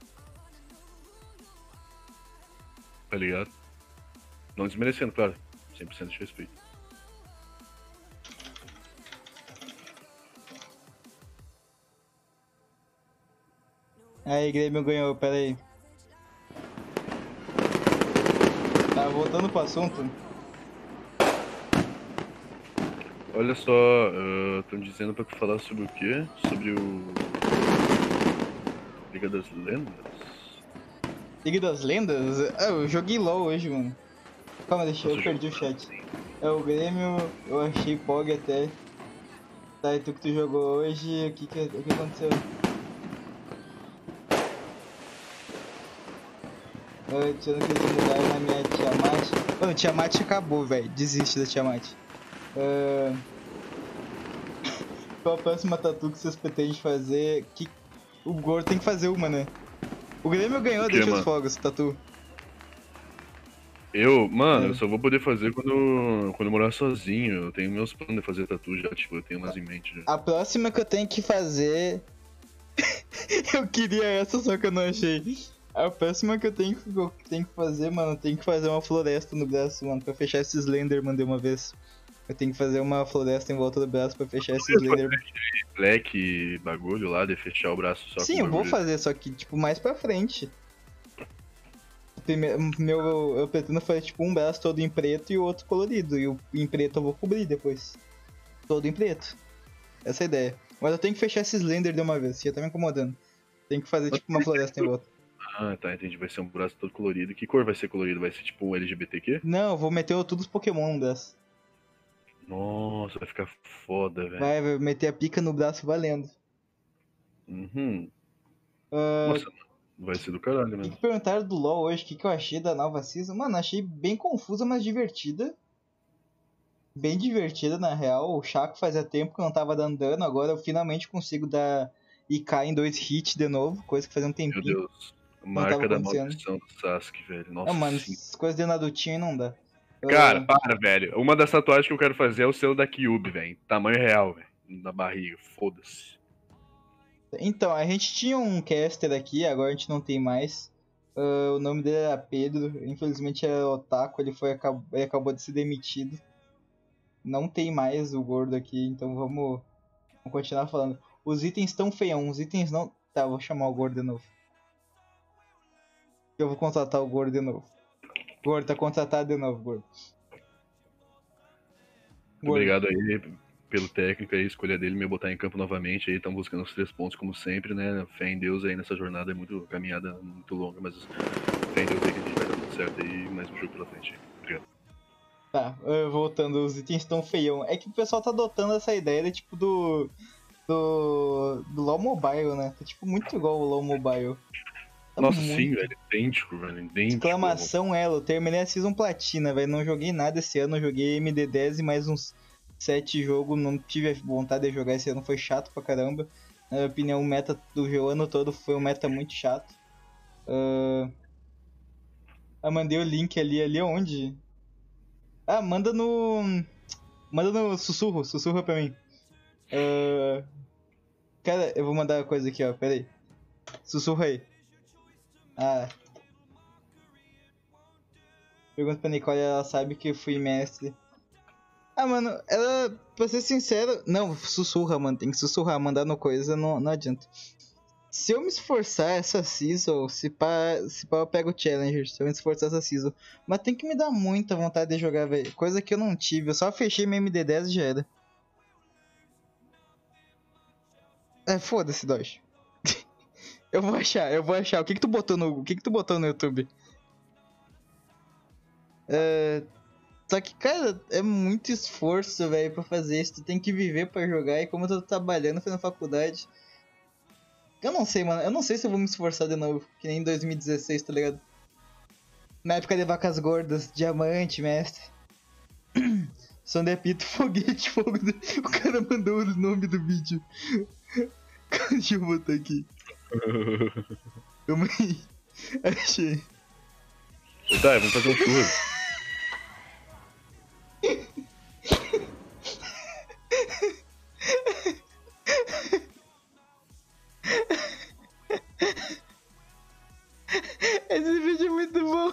Speaker 2: Tá ligado? Não desmerecendo, claro. 100% de respeito.
Speaker 1: Aí, Grêmio ganhou, pera aí. Tá, voltando pro assunto.
Speaker 2: Olha só, estão dizendo pra tu falar sobre o quê? Sobre o... Liga das Lendas?
Speaker 1: Liga das Lendas? Eu joguei LOL hoje, mano. Calma, eu perdi o chat. O Grêmio, eu achei POG até. Tá, e tu que tu jogou hoje, o que aconteceu? Eu não quis mudar na minha Tiamat. Mano, Tiamat acabou, velho. Desiste da Tiamat. Qual a próxima tatu que vocês pretendem fazer? Que o Gordo tem que fazer uma, né? O Grêmio ganhou, deixa os fogos, tatu.
Speaker 2: Eu só vou poder fazer quando eu morar sozinho. Eu tenho meus planos de fazer tatu já, tipo, eu tenho umas em mente já.
Speaker 1: A próxima que eu tenho que fazer... eu queria essa, só que eu não achei. A próxima que eu tenho que fazer, mano, eu tenho que fazer uma floresta no braço, mano, pra fechar esse Slenderman de uma vez. Eu tenho que fazer uma floresta em volta do braço pra fechar esse Slenderman.
Speaker 2: Black bagulho lá, de fechar o braço só.
Speaker 1: Sim, eu vou fazer, só que, tipo, mais pra frente. Primeiro, eu pretendo fazer, tipo, um braço todo em preto e o outro colorido. E o em preto eu vou cobrir depois. Todo em preto. Essa é a ideia. Mas eu tenho que fechar esse Slender de uma vez, já tá me incomodando. Tem que fazer, tipo, uma floresta em volta.
Speaker 2: Ah, tá, entendi. Vai ser um braço todo colorido. Que cor vai ser colorido? Vai ser tipo um LGBTQ?
Speaker 1: Não, eu vou meter todos os Pokémon dessa.
Speaker 2: Nossa, vai ficar foda, velho.
Speaker 1: Vai meter a pica no braço valendo.
Speaker 2: Uhum.
Speaker 1: Ah,
Speaker 2: Nossa, vai ser do caralho
Speaker 1: o que
Speaker 2: mesmo.
Speaker 1: perguntaram do LoL hoje? O que eu achei da nova season? Mano, achei bem confusa, mas divertida. Bem divertida, na real. O Chaco fazia tempo que não tava dando dano. Agora eu finalmente consigo dar IK em 2 hits de novo. Coisa que fazia um
Speaker 2: Meu
Speaker 1: tempinho
Speaker 2: Deus.
Speaker 1: que não tava
Speaker 2: Marca da
Speaker 1: acontecendo.
Speaker 2: maldição do Sasuke, velho.
Speaker 1: Ah,
Speaker 2: Nossa
Speaker 1: mano,
Speaker 2: sim.
Speaker 1: as coisas de Narutinho não dá.
Speaker 2: Cara,
Speaker 1: Ah,
Speaker 2: para, velho. Uma das tatuagens que eu quero fazer é o selo da Kyuubi, velho. Tamanho real, velho. Na barriga. Foda-se.
Speaker 1: então, a gente tinha um caster aqui, agora a gente não tem mais. O nome dele era Pedro. Infelizmente era otaku, ele acabou de ser demitido. Não tem mais o gordo aqui, então vamos continuar falando. Os itens estão feião, os itens não. Tá, vou chamar o gordo de novo. Eu vou contratar o gordo de novo. Gordo, tá contratado de novo, gordo.
Speaker 2: Muito obrigado aí pelo técnico aí, escolha dele me botar em campo novamente aí. Estão buscando os 3 pontos como sempre, né? Fé em Deus aí nessa jornada é muito caminhada, muito longa, mas fé em Deus aí que a gente vai dar tudo certo aí, mais um jogo pela frente. Obrigado.
Speaker 1: Tá, voltando, os itens estão feião. É que o pessoal tá adotando essa ideia de, tipo do LoL Mobile, né? Tá tipo muito igual o LoL Mobile. Tá
Speaker 2: Nossa,
Speaker 1: muito.
Speaker 2: sim, velho. Idêntico, velho. Idêntico.
Speaker 1: Exclamação Elo, terminei a Season Platina, velho. Não joguei nada esse ano, joguei MD10 e mais uns 7 jogos. Não tive vontade de jogar esse ano, foi chato pra caramba. Na minha opinião, o meta do ano todo foi um meta muito chato. Mandei o link ali onde? Ah, manda no. Manda no sussurro, sussurra pra mim. Cara, eu vou mandar uma coisa aqui, ó, pera aí. Sussurra aí. Ah. Pergunta pra Nicole, ela sabe que eu fui mestre. Ah, mano, ela, pra ser sincero... Não, sussurra, mano, tem que sussurrar, mandar no coisa, não adianta. Se eu me esforçar essa season, se pá eu pego o Challenger, se eu me esforçar essa season. Mas tem que me dar muita vontade de jogar, velho. Coisa que eu não tive, eu só fechei meu MD10 e já era. Foda-se, Dodge. eu vou achar. O que tu botou no YouTube? Só que, cara, é muito esforço, velho, pra fazer isso. Tu tem que viver pra jogar. E como eu tô trabalhando, fazendo faculdade. Eu não sei, mano. Eu não sei se eu vou me esforçar de novo. Que nem em 2016, tá ligado? Na época de vacas gordas, diamante, mestre. Som de apito, foguete, fogo. O cara mandou o nome do vídeo. Deixa eu botar aqui. Calma aí. Achei.
Speaker 2: Tá, vamos fazer um tour.
Speaker 1: Esse vídeo é muito bom.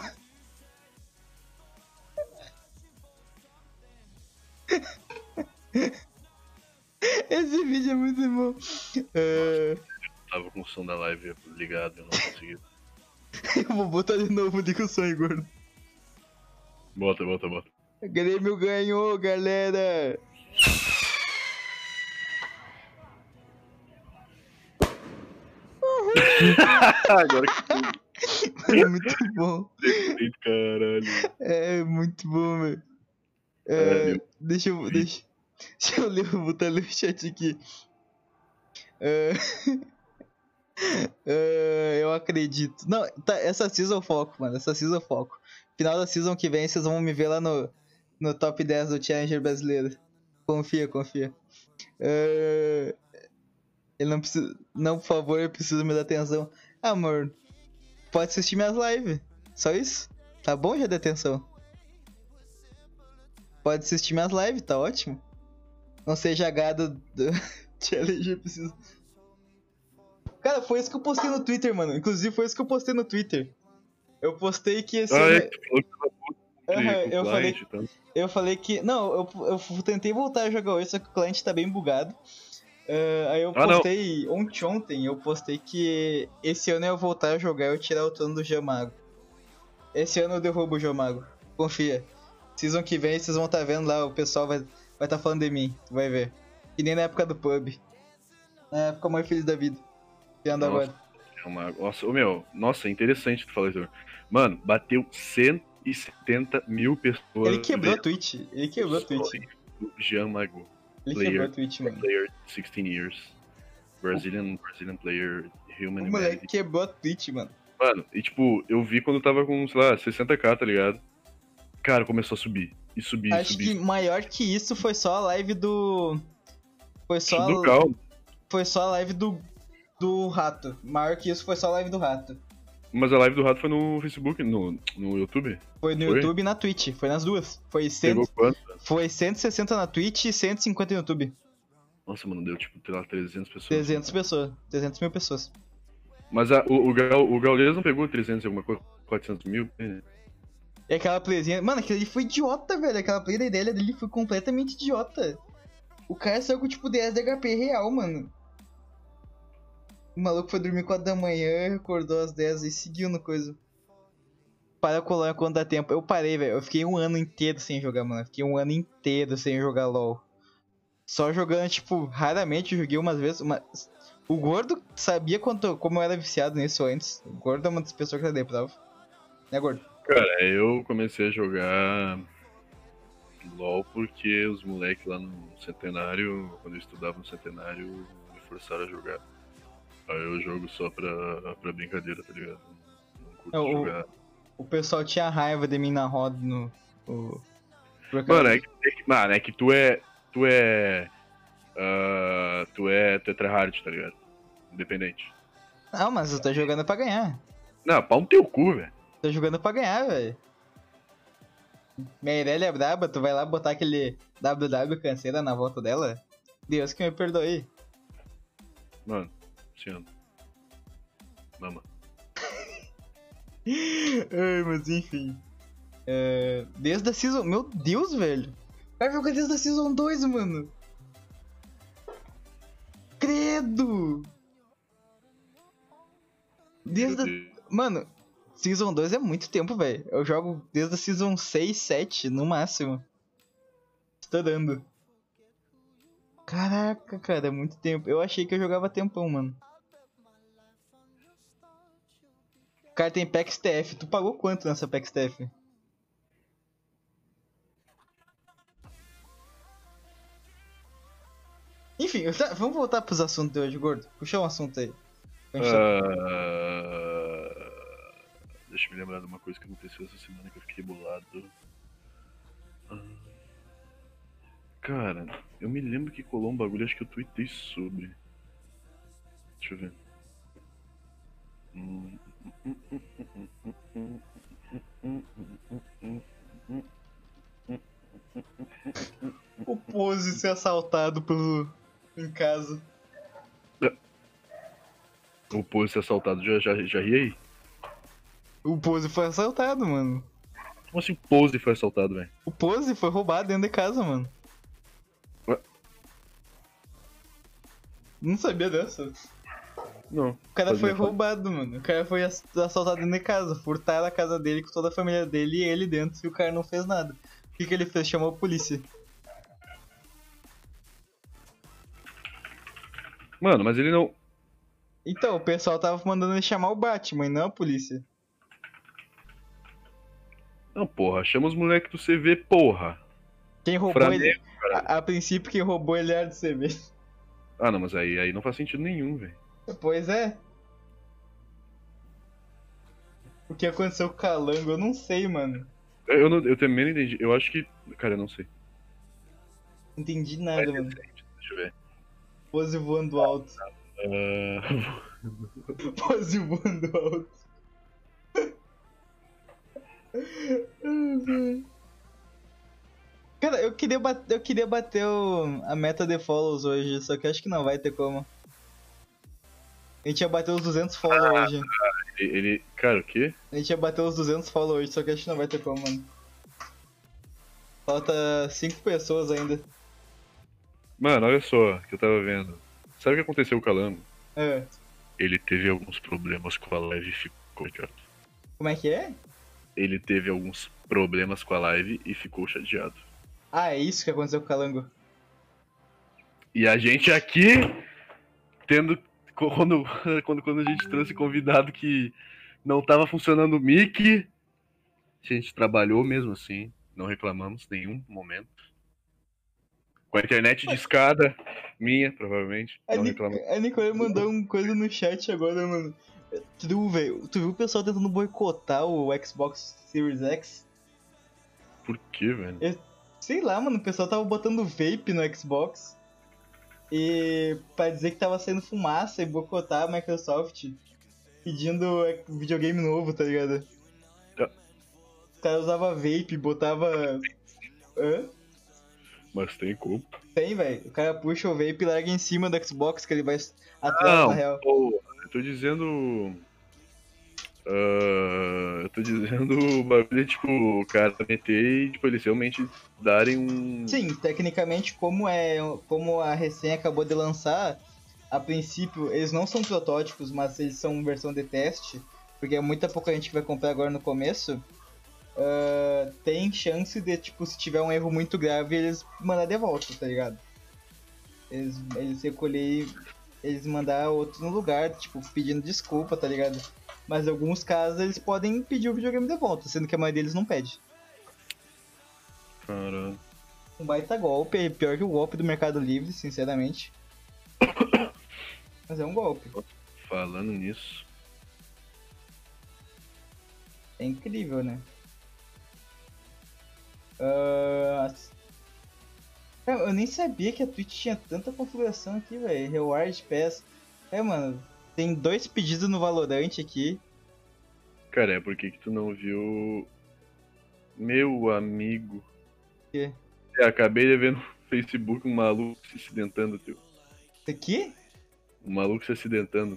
Speaker 1: Esse vídeo é muito bom.
Speaker 2: Eu tava com o som da live ligado, eu não consegui.
Speaker 1: Eu vou botar de novo, liga o sonho, gordo.
Speaker 2: Bota.
Speaker 1: O Grêmio ganhou, galera.
Speaker 2: Agora que
Speaker 1: É muito bom.
Speaker 2: caralho.
Speaker 1: É muito bom, velho. Deixa eu ler, vou botar no chat aqui. Eu acredito. Não, tá, essa season eu foco, mano. Essa season eu foco. Final da season que vem, vocês vão me ver lá no top 10 do Challenger brasileiro. Confia. Ele não precisa. Não, por favor, eu preciso me dar atenção. Amor, pode assistir minhas lives. Só isso? Tá bom já de atenção? Pode assistir minhas lives, tá ótimo. Não seja gado do Challenger, preciso. Cara, foi isso que eu postei no Twitter, mano. Inclusive, foi isso que eu postei no Twitter. Eu postei que esse ano... Eu falei que... Não, eu tentei voltar a jogar hoje, só que o cliente tá bem bugado. Aí eu postei... Ontem eu postei que esse ano eu voltar a jogar e eu tirar o trono do Jamago. Esse ano eu derrubo o Jamago. Confia. Season que vem vocês vão estar vendo lá, o pessoal vai estar falando de mim. Vai ver. Que nem na época do pub. Na época mais feliz da vida. Que anda agora.
Speaker 2: Nossa, ô, meu, nossa, é interessante tu falar isso. Mano, bateu 170 mil pessoas.
Speaker 1: Ele quebrou a Twitch. Ele quebrou a Twitch.
Speaker 2: O Jean Mago.
Speaker 1: Ele quebrou a Twitch, mano.
Speaker 2: Player 16 years. Brazilian player, human
Speaker 1: O moleque
Speaker 2: humanity.
Speaker 1: quebrou a Twitch, mano.
Speaker 2: Mano, e tipo, eu vi quando tava com, sei lá, 60k, tá ligado? Cara, começou a subir. E subir,
Speaker 1: Acho
Speaker 2: subir.
Speaker 1: que maior que isso foi só a live do. Foi só
Speaker 2: Do
Speaker 1: a...
Speaker 2: Cal.
Speaker 1: Foi só a live do Rato. Maior que isso foi só a live do Rato.
Speaker 2: Mas a live do Rato foi no Facebook, no YouTube.
Speaker 1: Foi no
Speaker 2: Foi?
Speaker 1: YouTube e na Twitch. Foi nas duas. Foi,
Speaker 2: Pegou quanto?
Speaker 1: foi 160 na Twitch e 150 no YouTube.
Speaker 2: Nossa, mano, deu tipo, sei lá, 300 pessoas.
Speaker 1: 300 pessoas. 300 mil pessoas.
Speaker 2: Mas o Gaules não pegou 300 e alguma coisa, 400 mil?
Speaker 1: E aquela playzinha. Mano, aquele ali foi idiota, velho. Aquela play da ideia dele foi completamente idiota. O cara saiu com tipo 10 de HP real, mano. O maluco foi dormir 4 da manhã, acordou às 10 e seguiu no coisa. Para colar quando dá tempo. Eu parei, velho. Eu fiquei um ano inteiro sem jogar, mano. Eu fiquei um ano inteiro sem jogar LOL. Só jogando, tipo, raramente eu joguei umas vezes. O Gordo sabia como eu era viciado nisso antes. O Gordo é uma das pessoas que eu dei prova. Né, Gordo?
Speaker 2: Cara, eu comecei a jogar LOL porque os moleques lá no Centenário, quando eu estudava no Centenário, me forçaram a jogar. Aí eu jogo só pra brincadeira, tá ligado? Não curto jogar.
Speaker 1: O pessoal tinha raiva de mim na roda no.
Speaker 2: Mano, é que tu é tryhard, tá ligado? Independente.
Speaker 1: Não, mas eu tô jogando pra ganhar.
Speaker 2: Não, pau no teu cu, velho.
Speaker 1: Tô jogando pra ganhar, velho. Minha Irelia é braba, tu vai lá botar aquele WW canseira na volta dela? Deus que me perdoe.
Speaker 2: Mano, sim. Mama.
Speaker 1: Ai, mas enfim. Desde a Season... Meu Deus, velho. O cara joga desde a Season 2, mano. Credo! Mano, Season 2 é muito tempo, velho. Eu jogo desde a Season 6, 7, no máximo. Estourando. Caraca, cara, é muito tempo. Eu achei que eu jogava tempão, mano. O cara tem PEX TF. Tu pagou quanto nessa PEX TF? Enfim, vamos voltar pros assuntos de hoje, Gordo. Puxa um assunto aí.
Speaker 2: Deixa eu me lembrar de uma coisa que aconteceu essa semana que eu fiquei bolado. Cara, eu me lembro que colou um bagulho, acho que eu tuitei sobre. Deixa eu ver.
Speaker 1: O Pose ser assaltado em casa.
Speaker 2: O Pose ser assaltado, já ri aí?
Speaker 1: O Pose foi assaltado, mano.
Speaker 2: Como assim o Pose foi assaltado, velho?
Speaker 1: O Pose foi roubado dentro de casa, mano.
Speaker 2: Ué?
Speaker 1: Não sabia dessa.
Speaker 2: Não.
Speaker 1: O cara foi roubado, mano. O cara foi assaltado dentro de casa. Furtaram a casa dele com toda a família dele e ele dentro. E o cara não fez nada. O que ele fez? Chamou a polícia.
Speaker 2: Mano, mas ele não...
Speaker 1: Então, o pessoal tava mandando ele chamar o Batman e não a polícia.
Speaker 2: Não, porra, chama os moleques do CV, porra.
Speaker 1: Quem roubou
Speaker 2: Flamengo,
Speaker 1: ele... A princípio, quem roubou ele era do CV.
Speaker 2: Ah, não, mas aí não faz sentido nenhum, velho.
Speaker 1: Pois é. O que aconteceu com o Calango, eu não sei, mano.
Speaker 2: Eu também não entendi. Eu acho que... Cara, eu não sei.
Speaker 1: Não entendi nada, mano.
Speaker 2: Deixa eu ver.
Speaker 1: Pose voando alto. Pose voando alto. Cara, eu queria bater a meta de follows hoje, só que acho que não vai ter como. A gente ia bater os 200 follows hoje.
Speaker 2: Cara, o quê?
Speaker 1: A gente ia bater os 200 follows hoje, só que acho que não vai ter como, mano. Falta 5 pessoas ainda.
Speaker 2: Mano, olha só, que eu tava vendo. Sabe o que aconteceu com o Calango?
Speaker 1: É.
Speaker 2: Ele teve alguns problemas com a live e ficou chateado.
Speaker 1: Como é que é?
Speaker 2: Ele teve alguns problemas com a live e ficou chateado.
Speaker 1: Ah, é isso que aconteceu com o Calango.
Speaker 2: E a gente aqui tendo quando, quando a gente trouxe convidado que não tava funcionando o mic, a gente trabalhou mesmo assim, não reclamamos em nenhum momento. Com a internet de escada, minha, provavelmente, não reclamamos.
Speaker 1: A Nicole mandou uma coisa no chat agora, mano. Tu viu o pessoal tentando boicotar o Xbox Series X?
Speaker 2: Por quê, velho?
Speaker 1: Sei lá, mano, o pessoal tava botando vape no Xbox. E pra dizer que tava saindo fumaça e boicotar a Microsoft pedindo videogame novo, tá ligado?
Speaker 2: Ah.
Speaker 1: O cara usava vape, botava. Hã?
Speaker 2: Mas tem como.
Speaker 1: Tem, velho. O cara puxa o vape e larga em cima do Xbox que ele vai atrás, na real.
Speaker 2: Pô, eu tô dizendo. Eu tô dizendo o bagulho é tipo, o cara meter e tipo, eles realmente darem um.
Speaker 1: Sim, tecnicamente, como a recém acabou de lançar, a princípio eles não são protótipos, mas eles são versão de teste, porque é muita pouca gente que vai comprar agora no começo. Tem chance de, tipo, se tiver um erro muito grave, eles mandar de volta, tá ligado? Eles recolher, eles mandar outro no lugar, tipo, pedindo desculpa, tá ligado? Mas em alguns casos eles podem pedir o videogame de volta, sendo que a maioria deles não pede.
Speaker 2: Caralho.
Speaker 1: Um baita golpe, pior que o golpe do Mercado Livre, sinceramente. Mas é um golpe.
Speaker 2: Falando nisso.
Speaker 1: É incrível, né? Cara, eu nem sabia que a Twitch tinha tanta configuração aqui, velho. Reward Pass. Mano, tem 2 pedidos no Valorant aqui.
Speaker 2: Cara, é porque que tu não viu. Meu amigo.
Speaker 1: O quê?
Speaker 2: Acabei de ver no Facebook um maluco se acidentando, teu.
Speaker 1: Isso aqui?
Speaker 2: Um maluco se acidentando.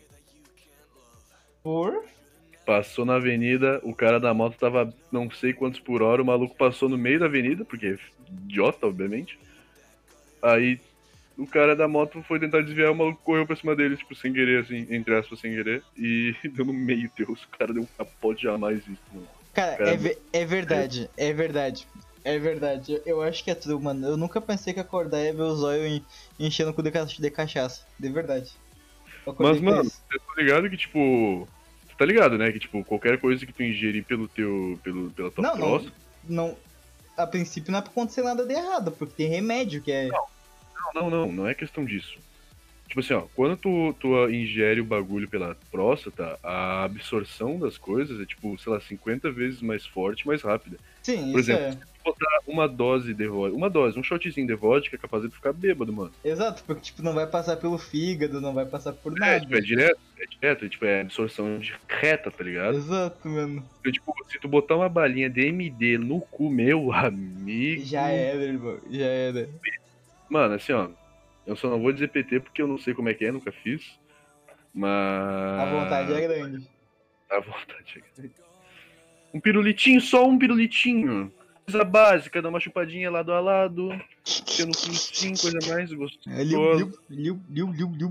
Speaker 1: Por?
Speaker 2: Passou na avenida, o cara da moto tava não sei quantos por hora, o maluco passou no meio da avenida, porque é idiota, obviamente. Aí o cara da moto foi tentar desviar, o maluco correu pra cima dele, tipo, sem querer, assim, entre aspas, sem querer, e deu no meio, Deus. O cara deu um capote jamais visto, mano.
Speaker 1: Cara,
Speaker 2: Cara,
Speaker 1: é verdade, é verdade. É verdade, eu acho que é tudo, mano. Eu nunca pensei que acordar ia ver o zóio enchendo o cu de cachaça. De verdade. Eu acordei
Speaker 2: Mas,
Speaker 1: com
Speaker 2: mano,
Speaker 1: isso.
Speaker 2: você tá ligado que, tipo. Você tá ligado, né? Que, tipo, qualquer coisa que tu ingerir pela tua
Speaker 1: Não,
Speaker 2: próstata.
Speaker 1: não. A princípio não é pra acontecer nada de errado, porque tem remédio que é.
Speaker 2: Não é questão disso. Tipo assim, ó, quando tu ingere o bagulho pela próstata, a absorção das coisas é, tipo, sei lá, 50 vezes mais forte e mais rápida.
Speaker 1: Sim,
Speaker 2: Por
Speaker 1: isso
Speaker 2: exemplo,
Speaker 1: é.
Speaker 2: se tu botar uma dose de vodka, um shotzinho de vodka é capaz de tu ficar bêbado, mano.
Speaker 1: Exato, porque tipo, não vai passar pelo fígado, não vai passar por
Speaker 2: É,
Speaker 1: nada.
Speaker 2: tipo, tipo, é absorção direta, tá ligado?
Speaker 1: Exato, mano.
Speaker 2: Então, tipo, se tu botar uma balinha de MD no cu, meu amigo.
Speaker 1: Já era, irmão, já era.
Speaker 2: Mano, assim, ó. Eu só não vou dizer PT porque eu não sei como é que é, nunca fiz. Mas.
Speaker 1: A vontade é grande.
Speaker 2: A vontade é grande. Um pirulitinho, só um pirulitinho. Coisa básica, dar uma chupadinha lado a lado. Tendo frutinho, coisa mais gostosa.
Speaker 1: Liu.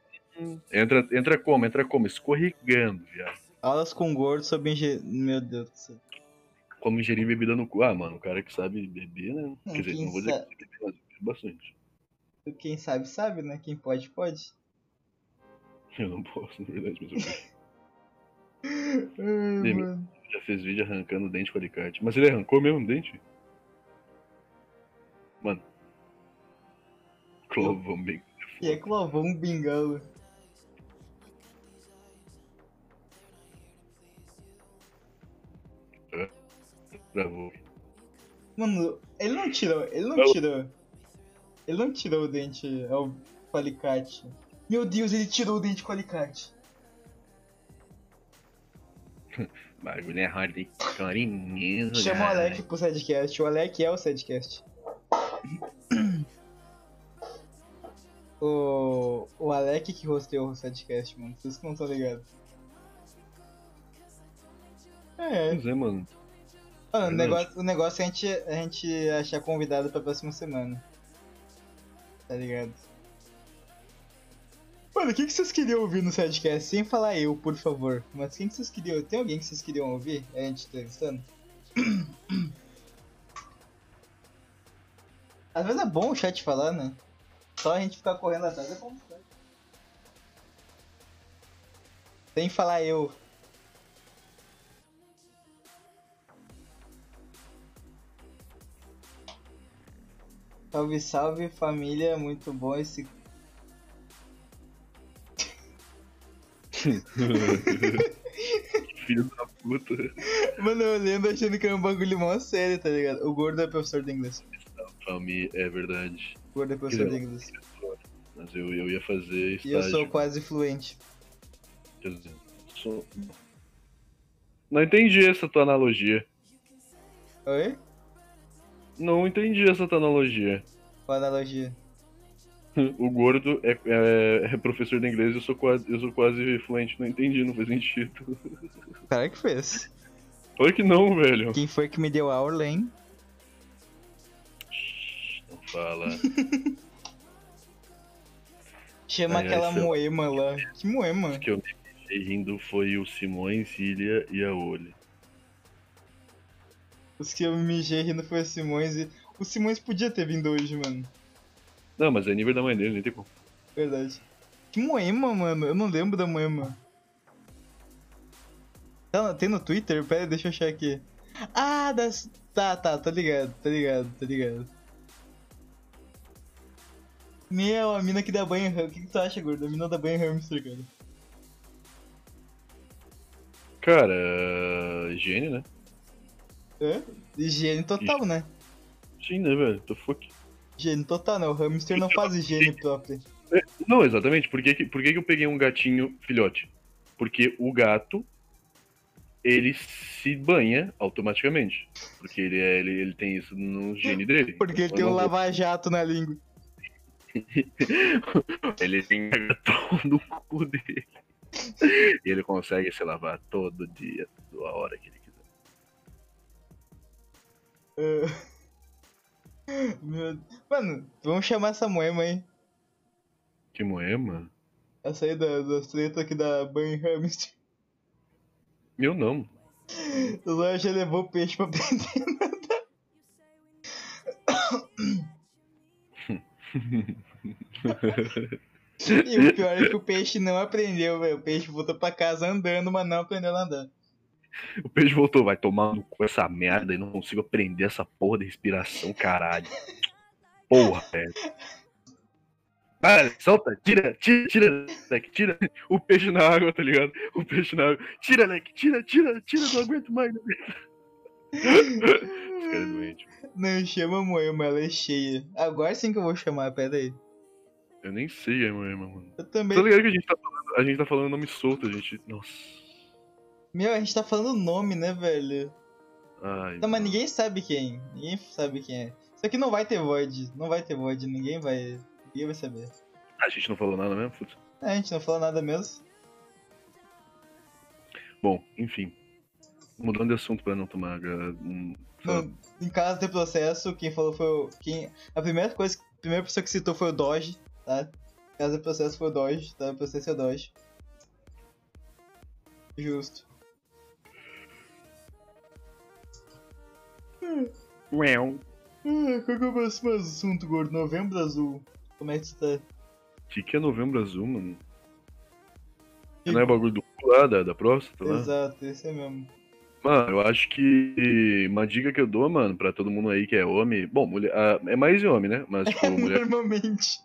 Speaker 2: Entra como? Escorregando, viado.
Speaker 1: Aulas com gordo sobre Meu Deus do céu.
Speaker 2: Como ingerir bebida no cu. Ah, mano, o cara que sabe beber, né? Quer dizer, não vou dizer que sabe beber, mas bebe bastante.
Speaker 1: Quem sabe, sabe, né? Quem pode, pode.
Speaker 2: Eu não posso, na verdade, mas eu posso.
Speaker 1: Ai,
Speaker 2: Demi
Speaker 1: mano.
Speaker 2: já fez vídeo arrancando o dente com alicate. Mas ele arrancou mesmo o dente? Mano. Clovão bem.
Speaker 1: E é clovão bengala.
Speaker 2: Travou.
Speaker 1: Mano, ele não tirou o dente com alicate. Meu Deus, ele tirou o dente com alicate.
Speaker 2: Bagulho é hard, carinhoso.
Speaker 1: Chama o Alec pro Sedcast. O Alec é o Sedcast. O Alec que rosteou o Sedcast, mano. Vocês que não estão ligados.
Speaker 2: Pois é, mano.
Speaker 1: Mano, o negócio é a gente achar convidado pra próxima semana. Tá ligado? Mano, o que vocês queriam ouvir no Sedcast? Sem falar eu, por favor. Mas quem que vocês queriam? Tem alguém que vocês queriam ouvir? A gente entrevistando? Às vezes é bom o chat falar, né? Só a gente ficar correndo atrás é bom. Sem falar eu. Salve, salve, família. Muito bom esse...
Speaker 2: Filho da puta.
Speaker 1: Mano, eu lendo achando que era um bagulho mó sério, tá ligado? O gordo é professor de inglês.
Speaker 2: Família, é verdade.
Speaker 1: O gordo é professor de inglês.
Speaker 2: Mas eu ia fazer
Speaker 1: E
Speaker 2: estágio.
Speaker 1: eu sou quase fluente.
Speaker 2: Quer dizer, sou... Não entendi essa tua analogia.
Speaker 1: Oi?
Speaker 2: Não entendi essa tua analogia.
Speaker 1: Qual analogia?
Speaker 2: O gordo é professor de inglês e eu sou quase fluente. Não entendi, não faz sentido.
Speaker 1: O cara que fez.
Speaker 2: Claro que não, velho.
Speaker 1: Quem foi que me deu aula, hein?
Speaker 2: Não fala.
Speaker 1: Chama
Speaker 2: Ai,
Speaker 1: aquela
Speaker 2: esse é o-
Speaker 1: moema lá. Que moema?
Speaker 2: O que eu me fiquei rindo foi o Simões, Ilha e a Oli.
Speaker 1: Os que eu me mijei rindo foi o Simões e... O Simões podia ter vindo hoje, mano.
Speaker 2: Não, mas é nível da mãe dele, nem tem como.
Speaker 1: Verdade. Que moema, mano? Eu não lembro da moema. Tem no Twitter? Pera aí, deixa eu achar aqui. Ah, das... Tá, tô ligado. Meu, a mina que dá banho em hamster. O que tu acha, gordo? A mina dá banho em hamster, cara.
Speaker 2: Cara, higiene, né?
Speaker 1: Hã? Higiene total, né?
Speaker 2: Sim, né, velho? The fuck?
Speaker 1: Higiene total, né? O hamster não faz higiene própria.
Speaker 2: Não, exatamente. Por que eu peguei um gatinho filhote? Porque o gato, ele se banha automaticamente. Porque ele tem isso no gene dele.
Speaker 1: Porque ele tem um lava-jato na língua.
Speaker 2: Ele tem gato no cu dele. E ele consegue se lavar todo dia, toda hora que ele quiser.
Speaker 1: Mano, vamos chamar essa moema aí.
Speaker 2: Que moema?
Speaker 1: Essa aí das tretas aqui da banho em hamster.
Speaker 2: Eu não.
Speaker 1: O Zóio já levou o peixe pra aprender a nadar. E o pior é que o peixe não aprendeu, velho. O peixe voltou pra casa andando, mas não aprendeu a nadar.
Speaker 2: O peixe voltou, vai tomar no cu essa merda e não consigo aprender essa porra de respiração, caralho. Porra, velho. Para, solta, tira, leque, tira. O peixe na água, tá ligado? O peixe na água. Tira, leque, tira, não aguento mais. Não aguento. Esse cara é doente.
Speaker 1: Não chama moema, ela é cheia. Agora sim que eu vou chamar, pera aí.
Speaker 2: Eu nem sei a moema, mano.
Speaker 1: Eu também.
Speaker 2: Tá ligado que a gente tá falando nome solto, a gente. Nossa.
Speaker 1: Meu, a gente tá falando nome, né, velho?
Speaker 2: Ai,
Speaker 1: Não, mas ninguém sabe quem. Ninguém sabe quem é. Isso aqui não vai ter VOD. Não vai ter VOD, ninguém vai saber.
Speaker 2: a gente não falou nada mesmo? Putz.
Speaker 1: A gente não falou nada mesmo.
Speaker 2: Bom, enfim. Mudando de assunto pra não tomar.
Speaker 1: Em caso de processo, quem falou foi o. A primeira pessoa que citou foi o Doge, tá? Em caso de processo foi o Doge, tá? O processo é o Doge. Justo.
Speaker 2: Uau.
Speaker 1: Qual que é o próximo assunto, gordo? Novembro Azul. Como é que tu tá?
Speaker 2: Que é Novembro Azul, mano? Não é bagulho do cu lá, da próstata lá?
Speaker 1: Exato, esse é mesmo.
Speaker 2: Mano, eu acho que uma dica que eu dou, mano, pra todo mundo aí que é homem. Bom, mulher. É mais de homem, né? Mas, tipo, mulher.
Speaker 1: Normalmente.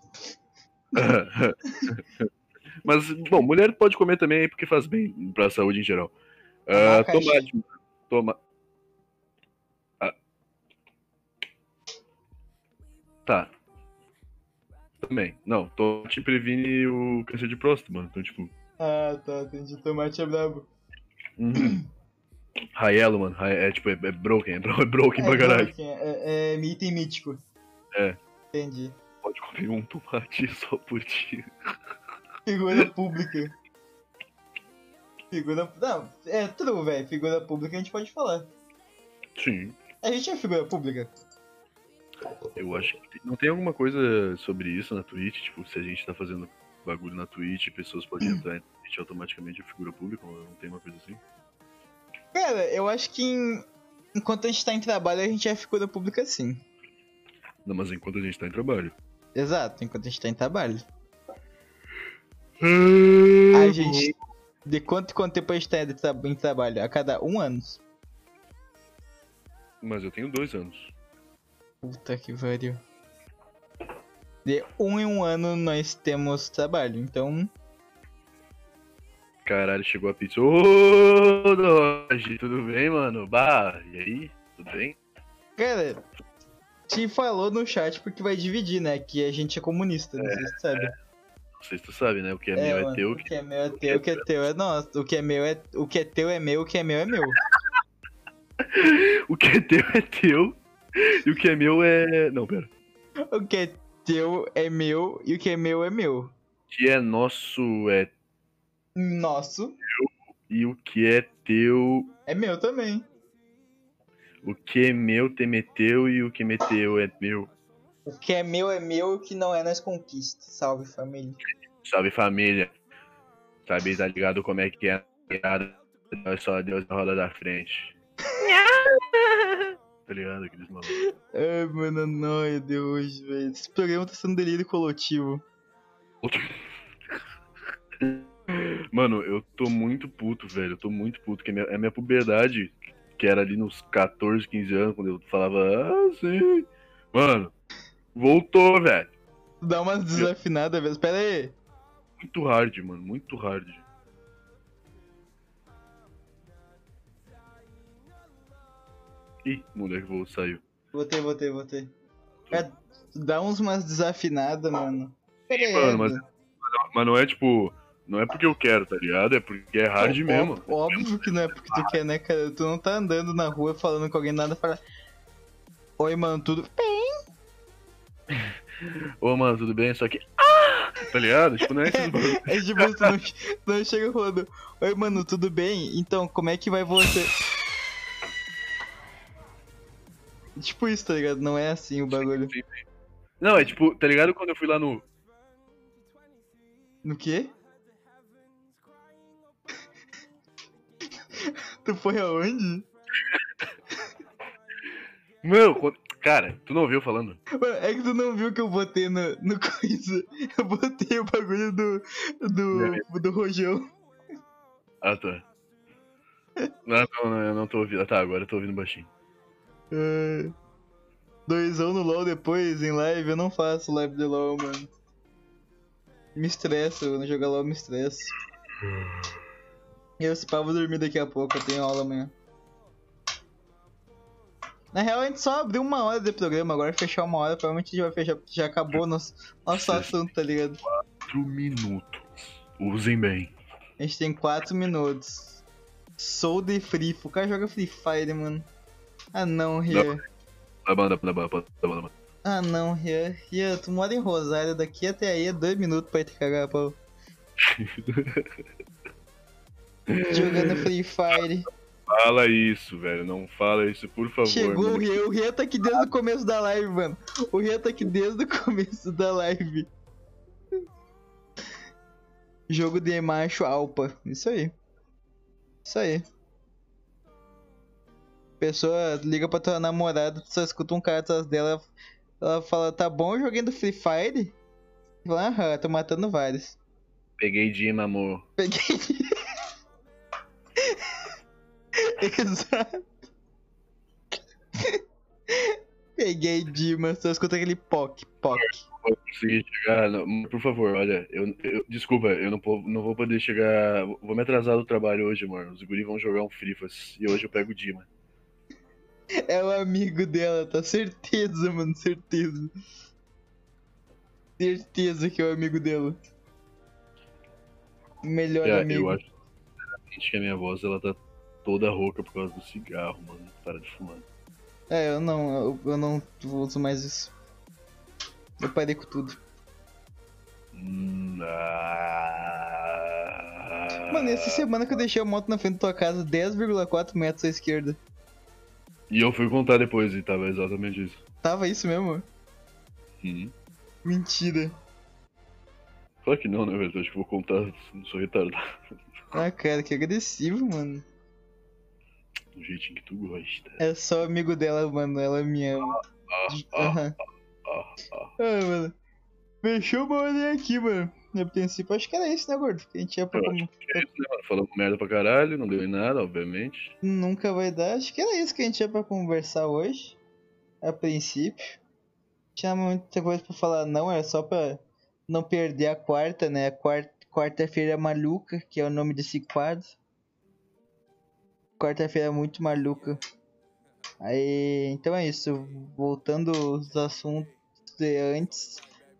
Speaker 2: Mas, bom, mulher pode comer também aí porque faz bem pra saúde em geral. Tomate, mano. Tá. Também. Não, tomate previne o câncer de próstata, mano. Então, tipo.
Speaker 1: Ah, tá, entendi. Tomate é brabo.
Speaker 2: Raiello, mano. É tipo, é broken. É broken pra caralho.
Speaker 1: É item mítico.
Speaker 2: É.
Speaker 1: Entendi.
Speaker 2: Pode comer um tomate só por dia.
Speaker 1: Figura pública. Não, é true, velho. Figura pública a gente pode falar.
Speaker 2: Sim.
Speaker 1: A gente é figura pública.
Speaker 2: Eu acho que não tem alguma coisa sobre isso na Twitch, tipo, se a gente tá fazendo bagulho na Twitch, pessoas podem entrar na Twitch automaticamente é figura pública, não tem uma coisa assim?
Speaker 1: Cara, eu acho que enquanto a gente tá em trabalho, a gente é figura pública sim.
Speaker 2: Não, mas enquanto a gente tá em trabalho.
Speaker 1: Exato, enquanto a gente tá em trabalho.
Speaker 2: A
Speaker 1: gente... De quanto em quanto tempo a gente tá em trabalho? A cada 1 ano.
Speaker 2: Mas eu tenho 2 anos.
Speaker 1: Puta que pariu. De 1 em 1 ano nós temos trabalho, então...
Speaker 2: Caralho, chegou a pizza. Ô, Doge, tudo bem, mano? Bah, e aí? Tudo bem?
Speaker 1: Cara, te falou no chat porque vai dividir, né? Que a gente é comunista, não sei se tu sabe.
Speaker 2: Não sei se tu sabe, né? O que é meu
Speaker 1: mano,
Speaker 2: é teu.
Speaker 1: o que é meu é teu, o que é teu é nosso. O que é teu é meu, o que é meu é meu.
Speaker 2: O que é teu é teu. E o que é meu é. Não, pera.
Speaker 1: O que é teu é meu e o que é meu é meu.
Speaker 2: O que é nosso é.
Speaker 1: Nosso
Speaker 2: E o que é teu.
Speaker 1: é meu também.
Speaker 2: O que é meu te meteu e o que meteu é meu.
Speaker 1: O que é meu, o que não é nós conquista. Salve, família.
Speaker 2: Salve família. Sabe, tá ligado como é que é? Nós só Deus na roda da frente. Tá ligado, aqueles malucos?
Speaker 1: Ai, mano, a nóia de hoje, velho. Esse programa tá sendo delírio coletivo.
Speaker 2: Mano, eu tô muito puto, velho. Eu tô muito puto. Que é minha puberdade, que era ali nos 14, 15 anos, quando eu falava, sim. Mano, voltou, velho.
Speaker 1: Dá umas desafinadas, velho. Espera aí.
Speaker 2: Muito hard, mano. Muito hard. Ih, moleque, saiu.
Speaker 1: Voltei. É, dá umas desafinadas, mano. Pera aí,
Speaker 2: Mano, mas não é tipo. Não é porque eu quero, tá ligado? É porque é hard mesmo.
Speaker 1: Óbvio que não é porque tu quer, né, cara? Tu não tá andando na rua falando com alguém nada fala. Oi, mano, tudo bem?
Speaker 2: Ô, mano, tudo bem? Só que. Tá ligado? Tipo, não é esses bagulho.
Speaker 1: É tipo, tu não chega falando. Oi, mano, tudo bem? Então, como é que vai você? Tipo isso, tá ligado? Não é assim o bagulho.
Speaker 2: Não, é tipo, tá ligado quando eu fui lá no.
Speaker 1: No quê? Tu foi aonde?
Speaker 2: Meu, cara, tu não ouviu falando?
Speaker 1: Mano, é que tu não viu que eu botei no coisa. Eu botei o bagulho do rojão.
Speaker 2: Ah, tá. Não, eu não tô ouvindo. Ah, tá, agora eu tô ouvindo baixinho.
Speaker 1: 2 no LoL depois, em live, eu não faço live de LoL, mano. Me estressa, quando jogar LoL me estressa. Eu, se pá, vou dormir daqui a pouco, eu tenho aula amanhã. Na real, a gente só abriu 1 hora de programa, agora fechar 1 hora, provavelmente a gente vai fechar, porque já acabou nosso assunto, tá ligado?
Speaker 2: 4 minutos. Usem bem.
Speaker 1: A gente tem 4 minutos. Sou de Free, o cara joga Free Fire, mano. Ah não, Rian.
Speaker 2: Da banda.
Speaker 1: Ah não, Rian. Rian, tu mora em Rosário, daqui até aí é 2 minutos pra ir te cagar, pau. Jogando Free Fire.
Speaker 2: Fala isso, velho. Não fala isso, por favor.
Speaker 1: Chegou
Speaker 2: mano.
Speaker 1: o Rian tá aqui desde o começo da live, mano. O Rian tá aqui desde o começo da live. Jogo de macho alpa. Isso aí. Pessoa liga pra tua namorada, tu só escuta um cara atrás dela. Ela fala, tá bom jogando Free Fire? Fala, aham, tô matando vários.
Speaker 2: Peguei Dima, amor.
Speaker 1: Peguei. Exato. Peguei Dima, só escuta aquele poc.
Speaker 2: Eu consegui chegar. Por favor, olha, desculpa, eu não vou poder chegar. Vou me atrasar do trabalho hoje, mano. Os guris vão jogar um Free Fire e hoje eu pego o Dima.
Speaker 1: É o amigo dela, tá? Certeza, mano, certeza. Certeza que é o amigo dela. Melhor amigo.
Speaker 2: Eu acho que a minha voz ela tá toda rouca por causa do cigarro, mano. Para de fumar.
Speaker 1: Eu não uso mais isso. Eu parei com tudo. Mano, essa semana que eu deixei a moto na frente da tua casa, 10,4 metros à esquerda.
Speaker 2: E eu fui contar depois e tava exatamente isso.
Speaker 1: Tava isso mesmo?
Speaker 2: Uhum.
Speaker 1: Mentira.
Speaker 2: Claro que não, né, velho? Acho que eu vou contar, não sou retardado.
Speaker 1: Ah, cara, que agressivo, mano.
Speaker 2: Do jeitinho que tu gosta.
Speaker 1: É só amigo dela, mano, ela me ama. Aham. Ah, mano. Fechou o bagulho aqui, mano. No princípio, acho que era isso, né, gordo? Que a gente ia pra.
Speaker 2: Eu acho que é isso, né, mano? Falamos merda pra caralho, não deu em nada, obviamente.
Speaker 1: Nunca vai dar. Acho que era isso que a gente ia pra conversar hoje. A princípio. Tinha muita coisa pra falar, não. Era só pra não perder a quarta, né? A quarta-feira maluca, que é o nome desse quadro. Quarta-feira muito maluca. Aí, então é isso. Voltando aos assuntos de antes.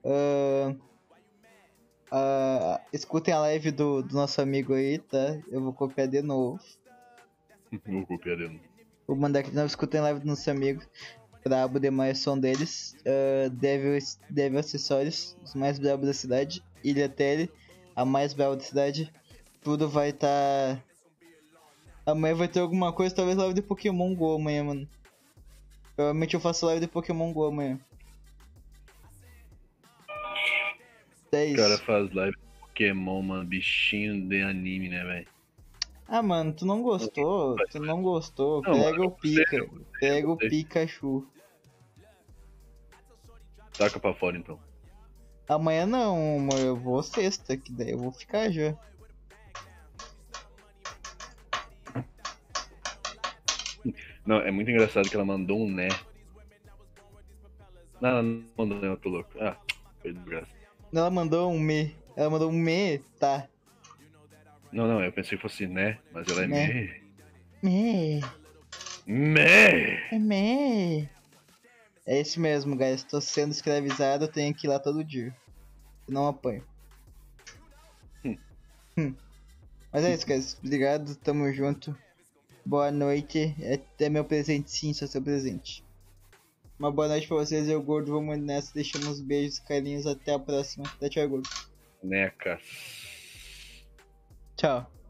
Speaker 1: Escutem a live do nosso amigo aí, tá? Eu vou copiar de novo.
Speaker 2: Vou copiar dentro.
Speaker 1: Vou mandar aqui de novo. Escutem a live do nosso amigo. Brabo demais o som deles. Devil Acessórios, os mais brabos da cidade. Ilha Tele, a mais braba da cidade. Tudo vai estar. Amanhã vai ter alguma coisa, talvez live de Pokémon GO amanhã, mano. Provavelmente eu faço live de Pokémon GO amanhã. É
Speaker 2: O cara
Speaker 1: isso.
Speaker 2: faz live de Pokémon, mano, bichinho de anime, né, velho?
Speaker 1: Ah, mano, tu não gostou? Tu não gostou?
Speaker 2: Não,
Speaker 1: Pega
Speaker 2: mano,
Speaker 1: o Pika.
Speaker 2: eu
Speaker 1: Pega o
Speaker 2: sei.
Speaker 1: Pikachu.
Speaker 2: Taca pra fora, então.
Speaker 1: Amanhã não, amor, eu vou sexta, que daí eu vou ficar já.
Speaker 2: Não, é muito engraçado que ela mandou um né. Não, ela não mandou né, eu tô louco. Ah, foi de graça.
Speaker 1: Ela mandou um me. Ela mandou um me, tá.
Speaker 2: Não, eu pensei que fosse né, mas ela é
Speaker 1: Né.
Speaker 2: me.
Speaker 1: Me.
Speaker 2: Me!
Speaker 1: Me. É isso mesmo, guys. Tô sendo escravizado, eu tenho que ir lá todo dia. Não apanho. Mas é isso, guys. Obrigado, tamo junto. Boa noite. Até meu presente, sim, sou seu presente. Uma boa noite pra vocês, eu gordo. Vamos nessa, deixamos uns beijos, carinhos. Até a próxima. Até tchau, gordo.
Speaker 2: Necas.
Speaker 1: Tchau.